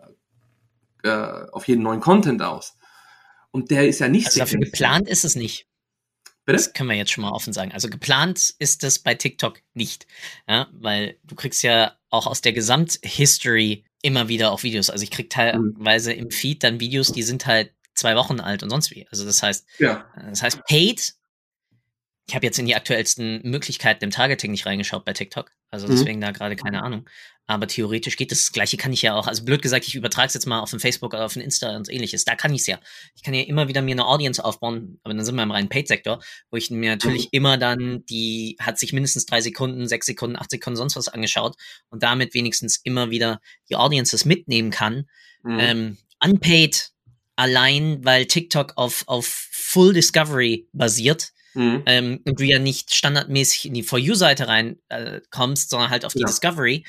auf jeden neuen Content aus. Und der ist ja nicht also dafür geplant ist es nicht. Bitte? Das können wir jetzt schon mal offen sagen. Also geplant ist das bei TikTok nicht. Ja, weil du kriegst ja auch aus der Gesamthistory immer wieder auch Videos. Also ich krieg teilweise im Feed dann Videos, die sind halt 2 Wochen alt und sonst wie. Also das heißt paid. Ich habe jetzt in die aktuellsten Möglichkeiten im Targeting nicht reingeschaut bei TikTok. Also deswegen da gerade keine Ahnung. Aber theoretisch geht das Gleiche, kann ich ja auch, also blöd gesagt, ich übertrage es jetzt mal auf den Facebook oder auf den Insta und ähnliches. Da kann ich es ja. Ich kann ja immer wieder mir eine Audience aufbauen, aber dann sind wir im reinen Paid-Sektor, wo ich mir natürlich immer dann, die hat sich mindestens 3 Sekunden, 6 Sekunden, 8 Sekunden, sonst was angeschaut und damit wenigstens immer wieder die Audiences mitnehmen kann. Unpaid allein, weil TikTok auf Full Discovery basiert. Und du ja nicht standardmäßig in die For You-Seite rein kommst, sondern halt auf die Discovery,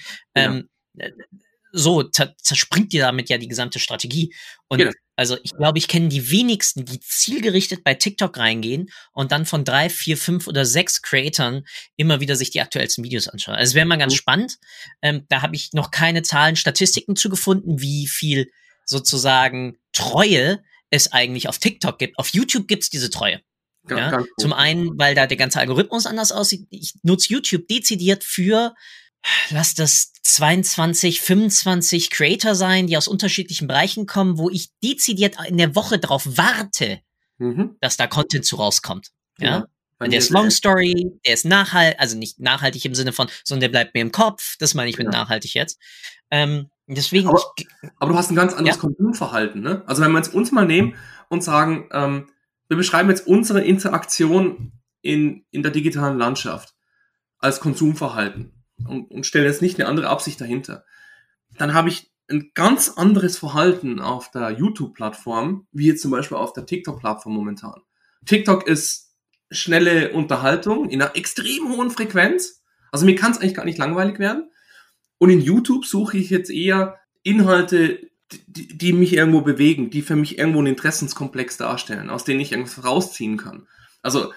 so zerspringt dir damit ja die gesamte Strategie. Und also ich glaube, ich kenne die wenigsten, die zielgerichtet bei TikTok reingehen und dann von 3, 4, 5 oder 6 Creatoren immer wieder sich die aktuellsten Videos anschauen. Also es wäre mal ganz spannend. Da habe ich noch keine Zahlen, Statistiken zugefunden, wie viel sozusagen Treue es eigentlich auf TikTok gibt. Auf YouTube gibt es diese Treue. Ja, zum einen, weil da der ganze Algorithmus anders aussieht. Ich nutze YouTube dezidiert für, lass das 22, 25 Creator sein, die aus unterschiedlichen Bereichen kommen, wo ich dezidiert in der Woche drauf warte, dass da Content zu rauskommt. Ja. Der ist Long Story, der ist nachhaltig, also nicht nachhaltig im Sinne von, sondern der bleibt mir im Kopf. Das meine ich mit nachhaltig jetzt. Deswegen. Aber du hast ein ganz anderes Konsumverhalten, ne? Also wenn wir jetzt uns mal nehmen und sagen, wir beschreiben jetzt unsere Interaktion in der digitalen Landschaft als Konsumverhalten und stellen jetzt nicht eine andere Absicht dahinter. Dann habe ich ein ganz anderes Verhalten auf der YouTube-Plattform, wie jetzt zum Beispiel auf der TikTok-Plattform momentan. TikTok ist schnelle Unterhaltung in einer extrem hohen Frequenz. Also mir kann es eigentlich gar nicht langweilig werden. Und in YouTube suche ich jetzt eher Inhalte, die mich irgendwo bewegen, die für mich irgendwo einen Interessenskomplex darstellen, aus denen ich irgendwas rausziehen kann. Also,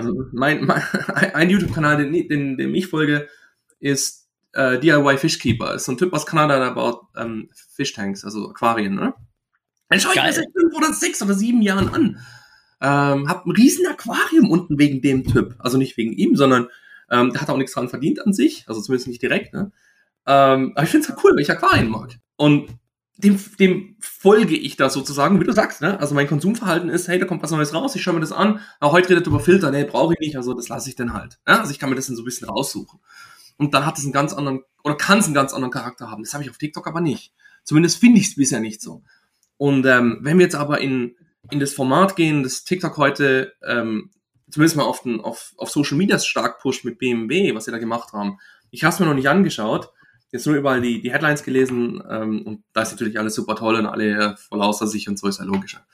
ein YouTube-Kanal, den ich folge, ist DIY Fishkeeper. Ist so ein Typ aus Kanada, der baut Fishtanks, also Aquarien, ne? Den schaue ich mir seit 5 oder 6 oder 7 Jahren an. Hab ein riesen Aquarium unten wegen dem Typ. Also nicht wegen ihm, sondern der hat auch nichts dran verdient an sich, also zumindest nicht direkt, ne? Aber ich finde es halt cool, weil ich Aquarien mag. Und dem folge ich da sozusagen, wie du sagst, ne? Also mein Konsumverhalten ist, hey, da kommt was Neues raus, ich schaue mir das an, aber heute redet über Filter, ne, brauche ich nicht, also das lasse ich dann halt. Ja? Also ich kann mir das dann so ein bisschen raussuchen. Und dann hat es einen ganz anderen, oder kann es einen ganz anderen Charakter haben. Das habe ich auf TikTok aber nicht. Zumindest finde ich es bisher nicht so. Und wenn wir jetzt aber in das Format gehen, das TikTok heute zumindest mal auf Social Media stark pusht mit BMW, was sie da gemacht haben. Ich habe es mir noch nicht angeschaut, jetzt nur überall die Headlines gelesen und da ist natürlich alles super toll und alle voll außer sich und so, ist ja logischer.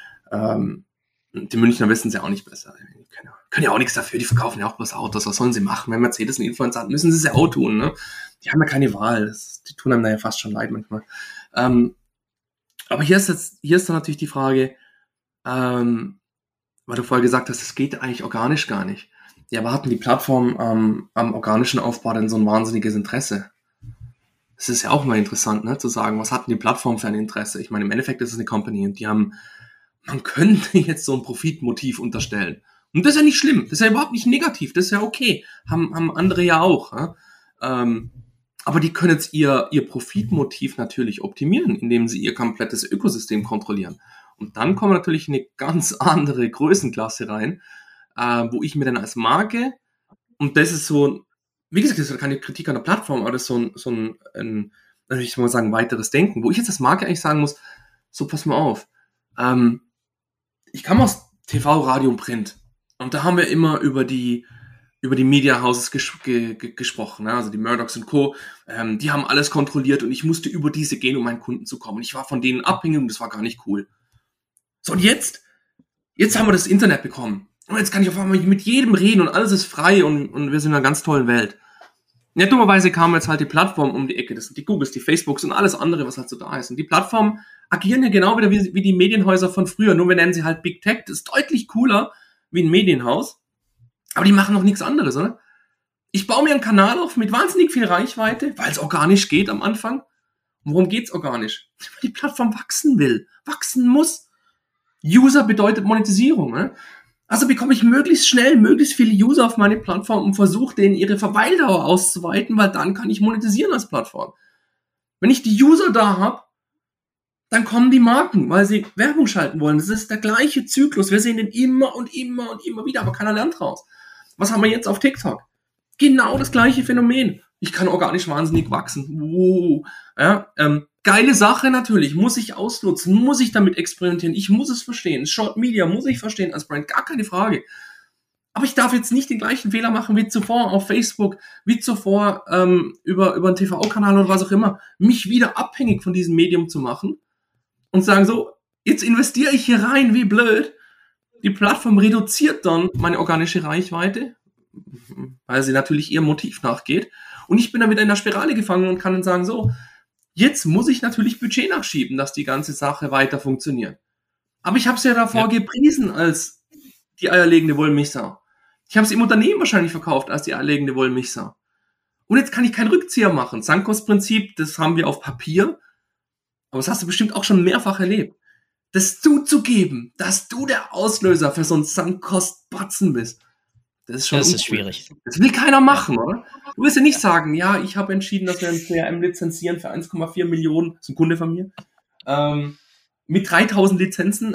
Die Münchner wissen es ja auch nicht besser. Können ja auch nichts dafür, die verkaufen ja auch bloß Autos, was sollen sie machen? Wenn Mercedes einen Influencer hat, müssen sie es ja auch tun, ne? Die haben ja keine Wahl, die tun einem da ja fast schon leid manchmal. Aber hier ist dann natürlich die Frage, weil du vorher gesagt hast, es geht eigentlich organisch gar nicht. Ja, aber hatten die Plattform am organischen Aufbau denn so ein wahnsinniges Interesse? Das ist ja auch mal interessant, ne, zu sagen, was hatten die Plattform für ein Interesse? Ich meine, im Endeffekt ist es eine Company und man könnte jetzt so ein Profitmotiv unterstellen. Und das ist ja nicht schlimm, das ist ja überhaupt nicht negativ, das ist ja okay. Haben andere ja auch. Ja? Aber die können jetzt ihr Profitmotiv natürlich optimieren, indem sie ihr komplettes Ökosystem kontrollieren. Und dann kommt natürlich eine ganz andere Größenklasse rein, wo ich mir dann als Marke, und das ist so, wie gesagt, das ist keine Kritik an der Plattform, aber das ist so ein ich mal sagen, weiteres Denken, wo ich jetzt als Marke eigentlich sagen muss, so pass mal auf, ich kam aus TV, Radio und Print und da haben wir immer über die Media Houses gesprochen, ne? Also die Murdochs und Co., die haben alles kontrolliert und ich musste über diese gehen, um meinen Kunden zu kommen. Ich war von denen abhängig und das war gar nicht cool. So, und jetzt haben wir das Internet bekommen Und jetzt kann ich auf einmal mit jedem reden und alles ist frei und wir sind in einer ganz tollen Welt. Ja, dummerweise kam jetzt halt die Plattform um die Ecke. Das sind die Googles, die Facebooks und alles andere, was halt so da ist. Und die Plattformen agieren ja genau wieder wie die Medienhäuser von früher. Nur wir nennen sie halt Big Tech. Das ist deutlich cooler wie ein Medienhaus. Aber die machen noch nichts anderes, oder? Ich baue mir einen Kanal auf mit wahnsinnig viel Reichweite, weil es organisch geht am Anfang. Und worum geht's organisch? Weil die Plattform wachsen will, wachsen muss. User bedeutet Monetisierung, ne? Also bekomme ich möglichst schnell möglichst viele User auf meine Plattform und versuche denen ihre Verweildauer auszuweiten, weil dann kann ich monetisieren als Plattform. Wenn ich die User da habe, dann kommen die Marken, weil sie Werbung schalten wollen. Das ist der gleiche Zyklus. Wir sehen den immer und immer und immer wieder, aber keiner lernt raus. Was haben wir jetzt auf TikTok? Genau das gleiche Phänomen. Ich kann organisch wahnsinnig wachsen. Wow. Ja, geile Sache natürlich. Muss ich ausnutzen, muss ich damit experimentieren. Ich muss es verstehen. Short Media muss ich verstehen als Brand, gar keine Frage. Aber ich darf jetzt nicht den gleichen Fehler machen wie zuvor auf Facebook, wie zuvor über einen TV-Kanal oder was auch immer, mich wieder abhängig von diesem Medium zu machen und sagen so, jetzt investiere ich hier rein, wie blöd. Die Plattform reduziert dann meine organische Reichweite, weil sie natürlich ihrem Motiv nachgeht. Und ich bin dann wieder in der Spirale gefangen und kann dann sagen, so, jetzt muss ich natürlich Budget nachschieben, dass die ganze Sache weiter funktioniert. Aber ich habe es ja davor gepriesen als die eierlegende Wollmilchsau. Ich habe es im Unternehmen wahrscheinlich verkauft als die eierlegende Wollmilchsau. Und jetzt kann ich keinen Rückzieher machen. Sankost-Prinzip, das haben wir auf Papier. Aber das hast du bestimmt auch schon mehrfach erlebt. Das zuzugeben, dass du der Auslöser für so einen Sankost-Batzen bist. Das ist schon schwierig. Das will keiner machen, oder? Du willst ja nicht sagen, ja, ich habe entschieden, dass wir ein CRM lizenzieren für 1,4 Millionen, das ist ein Kunde von mir, mit 3000 Lizenzen,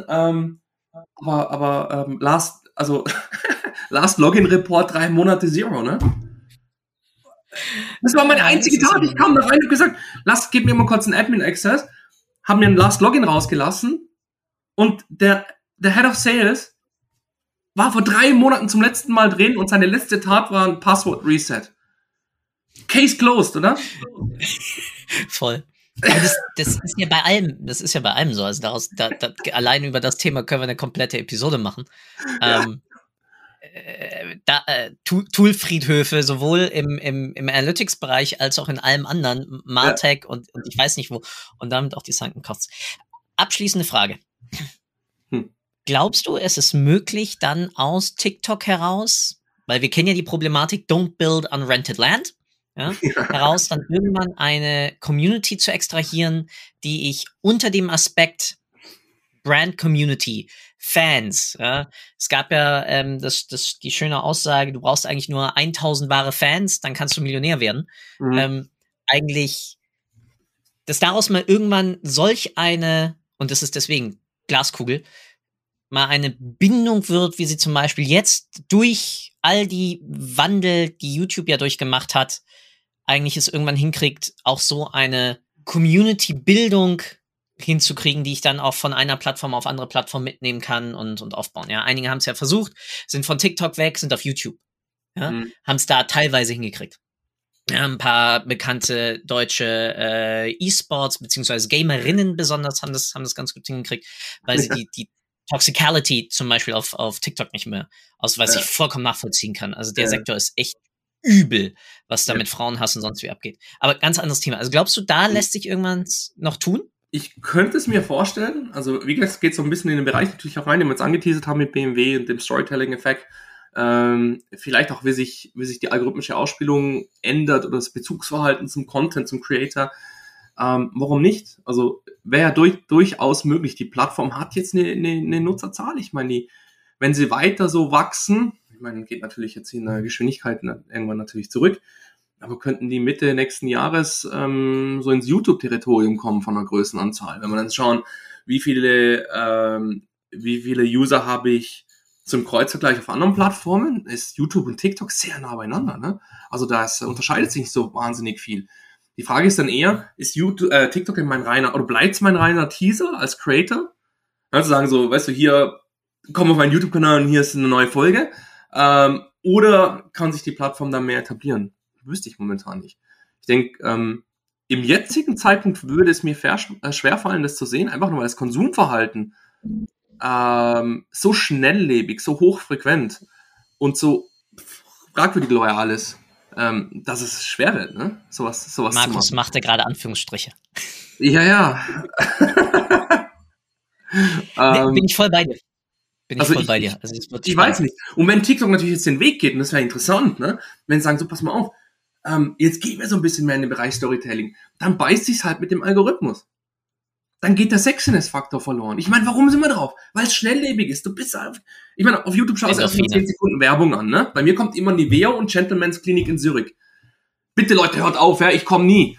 aber Last Login Report 3 Monate Zero, ne? Das war meine einzige Tat. Ich kam da rein und gesagt, gib mir mal kurz einen Admin Access, haben mir ein Last Login rausgelassen und der Head of Sales war vor 3 Monaten zum letzten Mal drin und seine letzte Tat war ein Passwort Reset. Case closed, oder? Voll. Aber das ist ja bei allem so. Also allein über das Thema können wir eine komplette Episode machen. Ja. Toolfriedhöfe, sowohl im Analytics-Bereich als auch in allem anderen, Martech und ich weiß nicht wo, und damit auch die Sunken Costs. Abschließende Frage. Glaubst du, es ist möglich, dann aus TikTok heraus, weil wir kennen ja die Problematik, don't build on rented land, heraus dann irgendwann eine Community zu extrahieren, die ich unter dem Aspekt Brand Community, Fans, es gab ja die schöne Aussage, du brauchst eigentlich nur 1000 wahre Fans, dann kannst du Millionär werden. Eigentlich, dass daraus mal irgendwann solch eine, und das ist deswegen Glaskugel, mal eine Bindung wird, wie sie zum Beispiel jetzt durch all die Wandel, die YouTube ja durchgemacht hat, eigentlich es irgendwann hinkriegt, auch so eine Community-Bildung hinzukriegen, die ich dann auch von einer Plattform auf andere Plattform mitnehmen kann und aufbauen. Ja, einige haben es ja versucht, sind von TikTok weg, sind auf YouTube. Ja, haben es da teilweise hingekriegt. Ja, ein paar bekannte deutsche E-Sports beziehungsweise Gamerinnen besonders haben das ganz gut hingekriegt, weil sie die Toxicality zum Beispiel auf TikTok nicht mehr was ich vollkommen nachvollziehen kann. Also der Sektor ist echt übel, was da mit Frauenhass und sonst wie abgeht. Aber ganz anderes Thema. Also glaubst du, da lässt sich irgendwann noch tun? Ich könnte es mir vorstellen. Also wie gesagt, es geht so ein bisschen in den Bereich natürlich auch rein, den wir jetzt angeteasert haben mit BMW und dem Storytelling-Effekt. Vielleicht auch, wie sich die algorithmische Ausspielung ändert oder das Bezugsverhalten zum Content, zum Creator. Warum nicht? Also wäre ja durchaus möglich. Die Plattform hat jetzt eine Nutzerzahl. Ich meine, wenn sie weiter so wachsen, ich meine, geht natürlich jetzt in der Geschwindigkeit irgendwann natürlich zurück, aber könnten die Mitte nächsten Jahres so ins YouTube-Territorium kommen von einer Größenanzahl. Wenn wir dann schauen, wie viele User habe ich zum Kreuzvergleich auf anderen Plattformen, ist YouTube und TikTok sehr nah beieinander. Ne? Also das unterscheidet sich nicht so wahnsinnig viel. Die Frage ist dann eher, ist TikTok in oder bleibt es mein reiner Teaser als Creator? Also sagen so, weißt du, hier, komm auf meinen YouTube-Kanal und hier ist eine neue Folge. Oder kann sich die Plattform dann mehr etablieren? Wüsste ich momentan nicht. Ich denke, im jetzigen Zeitpunkt würde es mir schwerfallen, das zu sehen, einfach nur weil das Konsumverhalten so schnelllebig, so hochfrequent und so fragwürdig loyal ist, dass es schwer wird, ne? Sowas Markus machte gerade Anführungsstriche. Ja. Bin ich voll bei dir. Also ich weiß nicht. Und wenn TikTok natürlich jetzt den Weg geht, und das wäre interessant, ne? Wenn sie sagen, so pass mal auf, jetzt gehen wir so ein bisschen mehr in den Bereich Storytelling, dann beißt sich's halt mit dem Algorithmus. Dann geht der Sexiness-Faktor verloren. Ich meine, warum sind wir drauf? Weil es schnelllebig ist. Du bist einfach, ich meine, auf YouTube schaust du erst mal 10 Sekunden Werbung an, ne? Bei mir kommt immer Nivea und Gentleman's Clinic in Zürich. Bitte Leute, hört auf, ja, ich komme nie.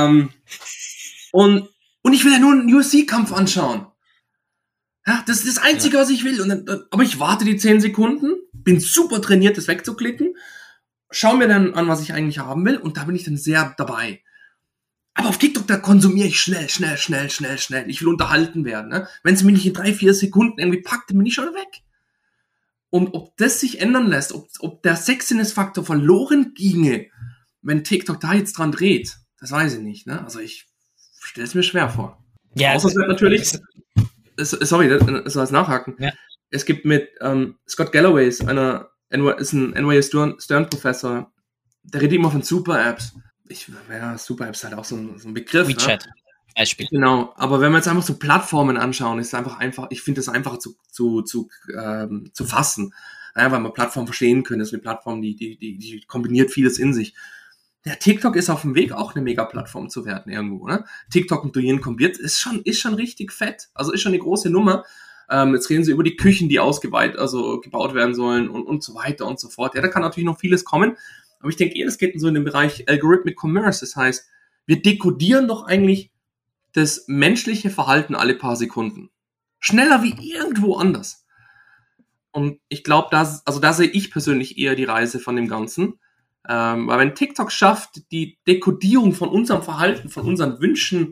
Und ich will ja nur einen UFC-Kampf anschauen. Ja, das ist das Einzige, was ich will. Aber ich warte die 10 Sekunden, bin super trainiert, das wegzuklicken, schau mir dann an, was ich eigentlich haben will, und da bin ich dann sehr dabei. Aber auf TikTok, da konsumiere ich schnell. Ich will unterhalten werden. Ne? Wenn es mich nicht in 3-4 Sekunden irgendwie packt, dann bin ich schon weg. Und ob das sich ändern lässt, ob der Sexiness-Faktor verloren ginge, wenn TikTok da jetzt dran dreht, das weiß ich nicht. Ne? Also ich stelle es mir schwer vor. Ja, außer es wird natürlich... Sorry, das soll als Nachhaken. Ja. Es gibt mit Scott Galloway, ist ein NYU Stern-Professor, der redet immer von Super-Apps. Super-Apps ist halt auch so ein Begriff. WeChat, Beispiel. Genau, aber wenn wir jetzt einfach so Plattformen anschauen, ist es einfach, ich finde das einfacher zu fassen. Ja, weil man Plattformen verstehen können. Das ist eine Plattform, die kombiniert vieles in sich. Ja, TikTok ist auf dem Weg, auch eine Mega-Plattform zu werden irgendwo, ne? TikTok und Douyin kombiniert ist schon richtig fett. Also ist schon eine große Nummer. Jetzt reden sie über die Küchen, die gebaut werden sollen und so weiter und so fort. Ja, da kann natürlich noch vieles kommen. Aber ich denke das geht so in den Bereich Algorithmic Commerce. Das heißt, wir dekodieren doch eigentlich das menschliche Verhalten alle paar Sekunden. Schneller wie irgendwo anders. Und ich glaube, da sehe ich persönlich eher die Reise von dem Ganzen. Weil wenn TikTok schafft, die Dekodierung von unserem Verhalten, von unseren Wünschen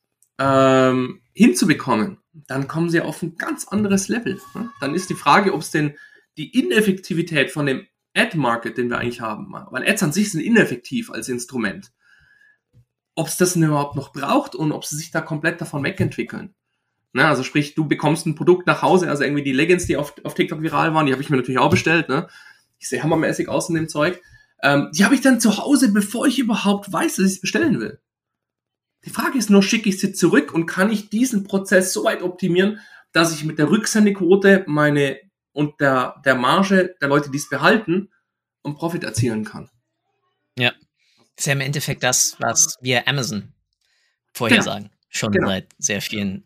hinzubekommen, dann kommen sie auf ein ganz anderes Level. Ne? Dann ist die Frage, ob es denn die Ineffektivität von dem Ad-Market, den wir eigentlich haben, weil Ads an sich sind ineffektiv als Instrument, ob es das denn überhaupt noch braucht und ob sie sich da komplett davon wegentwickeln. Ne? Also sprich, du bekommst ein Produkt nach Hause, also irgendwie die Leggings, die auf TikTok viral waren, die habe ich mir natürlich auch bestellt. Ne? Ich sehe hammermäßig aus in dem Zeug. Die habe ich dann zu Hause, bevor ich überhaupt weiß, dass ich es bestellen will. Die Frage ist nur, schicke ich sie zurück und kann ich diesen Prozess so weit optimieren, dass ich mit der Rücksendequote und der Marge der Leute, die es behalten, einen Profit erzielen kann. Ja, das ist ja im Endeffekt das, was wir Amazon vorhersagen. Schon seit sehr vielen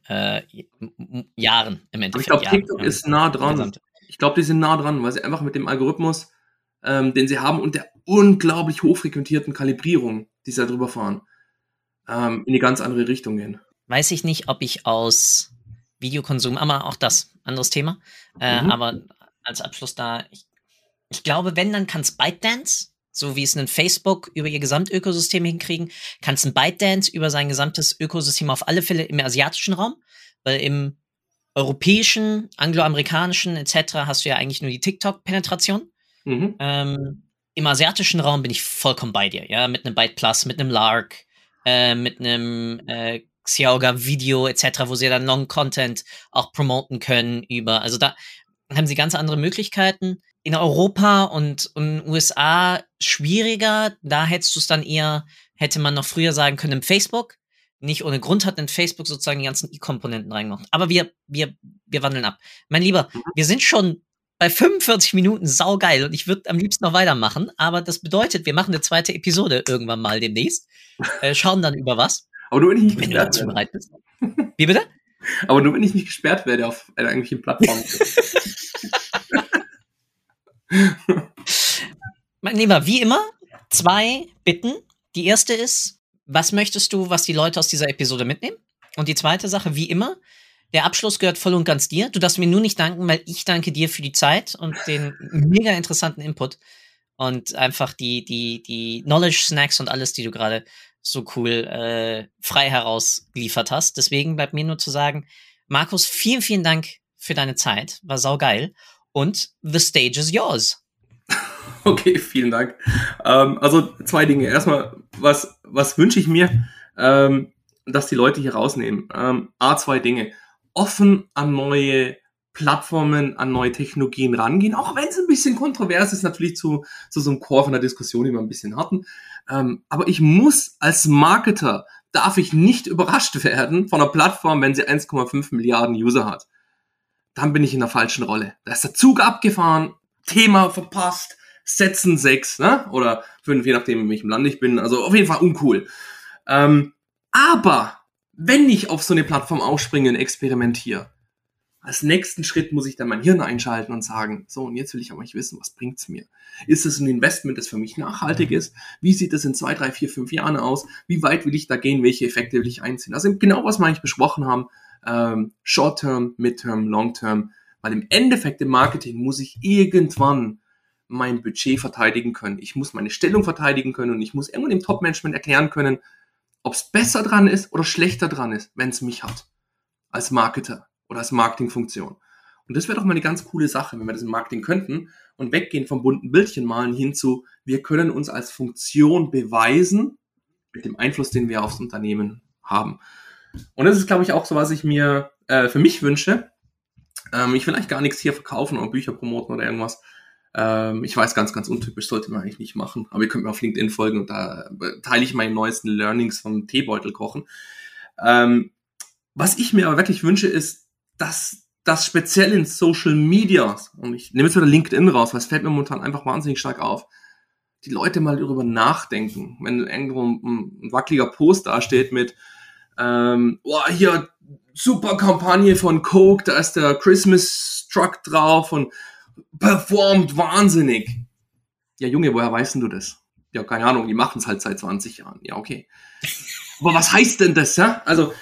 Jahren im Endeffekt. Aber ich glaube, TikTok ist nah dran. Ich glaube, die sind nah dran, weil sie einfach mit dem Algorithmus, den sie haben, und der unglaublich hochfrequentierten Kalibrierung, die sie da drüber fahren, in eine ganz andere Richtung gehen. Weiß ich nicht, ob ich aus Videokonsum, aber auch das, anderes Thema, aber als Abschluss da, ich glaube, wenn, dann kann es ByteDance, so wie es ein Facebook über ihr Gesamtökosystem hinkriegen, kann es ein ByteDance über sein gesamtes Ökosystem auf alle Fälle im asiatischen Raum, weil im europäischen, angloamerikanischen etc. hast du ja eigentlich nur die TikTok-Penetration. Im asiatischen Raum bin ich vollkommen bei dir, ja, mit einem Byte Plus, mit einem Lark, mit einem Xiaoga Video etc., wo sie dann Long-Content auch promoten können also da haben sie ganz andere Möglichkeiten. In Europa und USA schwieriger, da hätte man noch früher sagen können, im Facebook. Nicht ohne Grund hat in Facebook sozusagen die ganzen E-Komponenten reingemacht. Aber wir wandeln ab. Mein Lieber, wir sind schon bei 45 Minuten, saugeil, und ich würde am liebsten noch weitermachen, aber das bedeutet, wir machen eine zweite Episode irgendwann mal demnächst, schauen dann über was. Aber nur, wenn ich nicht wenn du dazu bereit bist. Wie bitte? Aber nur, wenn ich nicht gesperrt werde auf einer eigentlichen Plattform. Mein Lieber, wie immer, 2 Bitten. Die erste ist, was möchtest du, was die Leute aus dieser Episode mitnehmen? Und die zweite Sache, wie immer, der Abschluss gehört voll und ganz dir. Du darfst mir nur nicht danken, weil ich danke dir für die Zeit und den mega interessanten Input und einfach die Knowledge Snacks und alles, die du gerade so cool frei herausgeliefert hast. Deswegen bleibt mir nur zu sagen, Markus, vielen, vielen Dank für deine Zeit. War saugeil. Und the stage is yours. Okay, vielen Dank. Also 2 Dinge. Erstmal, was wünsche ich mir, dass die Leute hier rausnehmen? 2 Dinge. Offen an neue Plattformen an neue Technologien rangehen, auch wenn es ein bisschen kontrovers ist, natürlich zu so einem Core von der Diskussion, die wir ein bisschen hatten. Aber ich muss als Marketer, darf ich nicht überrascht werden von einer Plattform, wenn sie 1,5 Milliarden User hat. Dann bin ich in der falschen Rolle. Da ist der Zug abgefahren, Thema verpasst, Sätzen 6, ne? Oder 5, je nachdem, in welchem Land ich bin. Also auf jeden Fall uncool. Aber wenn ich auf so eine Plattform aufspringe und experimentiere, als nächsten Schritt muss ich dann mein Hirn einschalten und sagen, so, und jetzt will ich aber nicht wissen, was bringt's mir? Ist es ein Investment, das für mich nachhaltig ist? Wie sieht es in 2, 3, 4, 5 Jahren aus? Wie weit will ich da gehen? Welche Effekte will ich einziehen? Also genau, was wir eigentlich besprochen haben, Short-Term, Mid-Term, Long-Term, weil im Endeffekt im Marketing muss ich irgendwann mein Budget verteidigen können. Ich muss meine Stellung verteidigen können und ich muss irgendwann dem Top-Management erklären können, ob es besser dran ist oder schlechter dran ist, wenn es mich hat, als Marketer oder als Marketingfunktion. Und das wäre doch mal eine ganz coole Sache, wenn wir das im Marketing könnten und weggehen vom bunten Bildchen malen hin zu, wir können uns als Funktion beweisen mit dem Einfluss, den wir aufs Unternehmen haben. Und das ist, glaube ich, auch so, was ich mir für mich wünsche. Ich will eigentlich gar nichts hier verkaufen oder Bücher promoten oder irgendwas. Ich weiß, ganz, ganz untypisch, sollte man eigentlich nicht machen. Aber ihr könnt mir auf LinkedIn folgen und da teile ich meine neuesten Learnings vom Teebeutel kochen. Was ich mir aber wirklich wünsche, ist, dass das speziell in Social Media, und ich nehme jetzt wieder LinkedIn raus, weil es fällt mir momentan einfach wahnsinnig stark auf, die Leute mal darüber nachdenken. Wenn irgendwo ein wackeliger Post da steht mit hier, super Kampagne von Coke, da ist der Christmas Truck drauf und performt wahnsinnig. Ja, Junge, woher weißt denn du das? Ja, keine Ahnung, die machen es halt seit 20 Jahren. Ja, okay. Aber was heißt denn das, ja?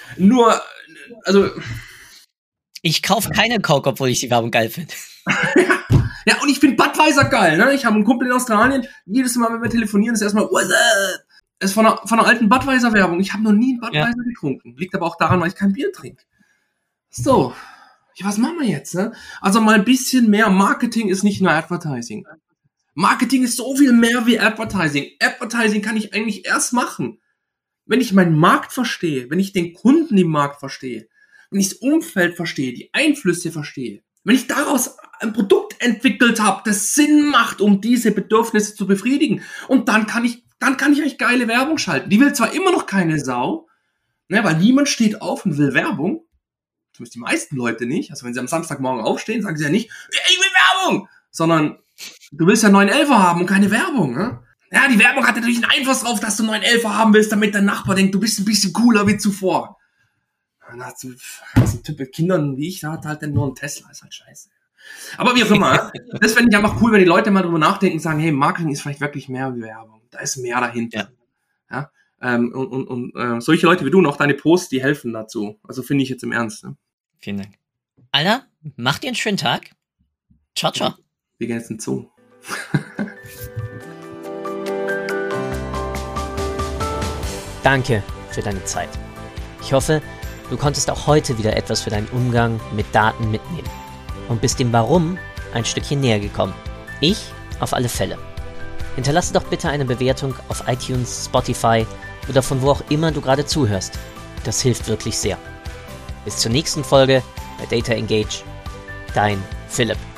Ich kaufe keine Coke, obwohl ich die Werbung geil finde. Ja, und ich finde Budweiser geil, ne? Ich habe einen Kumpel in Australien, jedes Mal, wenn wir telefonieren, ist erstmal, what's up? Das ist von einer alten Budweiser-Werbung. Ich habe noch nie einen Budweiser getrunken. Liegt aber auch daran, weil ich kein Bier trinke. So, was machen wir jetzt, ne? Also mal ein bisschen mehr. Marketing ist nicht nur Advertising. Marketing ist so viel mehr wie Advertising. Advertising kann ich eigentlich erst machen, wenn ich meinen Markt verstehe, wenn ich den Kunden im Markt verstehe, wenn ich das Umfeld verstehe, die Einflüsse verstehe, wenn ich daraus ein Produkt entwickelt habe, das Sinn macht, um diese Bedürfnisse zu befriedigen. Und dann kann ich eigentlich geile Werbung schalten. Die will zwar immer noch keine Sau, ne, weil niemand steht auf und will Werbung. Zumindest die meisten Leute nicht. Also wenn sie am Samstagmorgen aufstehen, sagen sie ja nicht, ich will Werbung, sondern du willst ja 911er haben und keine Werbung. Ne? Ja, die Werbung hat natürlich einen Einfluss drauf, dass du 911er haben willst, damit dein Nachbar denkt, du bist ein bisschen cooler wie zuvor. So ein Typ mit Kindern wie ich, da hat halt dann nur ein Tesla, ist halt scheiße. Aber wie auch immer, das fände ich einfach cool, wenn die Leute mal drüber nachdenken und sagen, hey, Marketing ist vielleicht wirklich mehr wie Werbung. Da ist mehr dahinter. Ja? Solche Leute wie du und auch deine Posts, die helfen dazu. Also finde ich jetzt im Ernst. Ne? Vielen Dank. Alter, mach dir einen schönen Tag. Ciao, ciao. Wir gehen jetzt in den Zoo. Danke für deine Zeit. Ich hoffe, du konntest auch heute wieder etwas für deinen Umgang mit Daten mitnehmen und bist dem Warum ein Stückchen näher gekommen. Ich auf alle Fälle. Hinterlasse doch bitte eine Bewertung auf iTunes, Spotify oder von wo auch immer du gerade zuhörst. Das hilft wirklich sehr. Bis zur nächsten Folge bei Data Engage. Dein Philipp.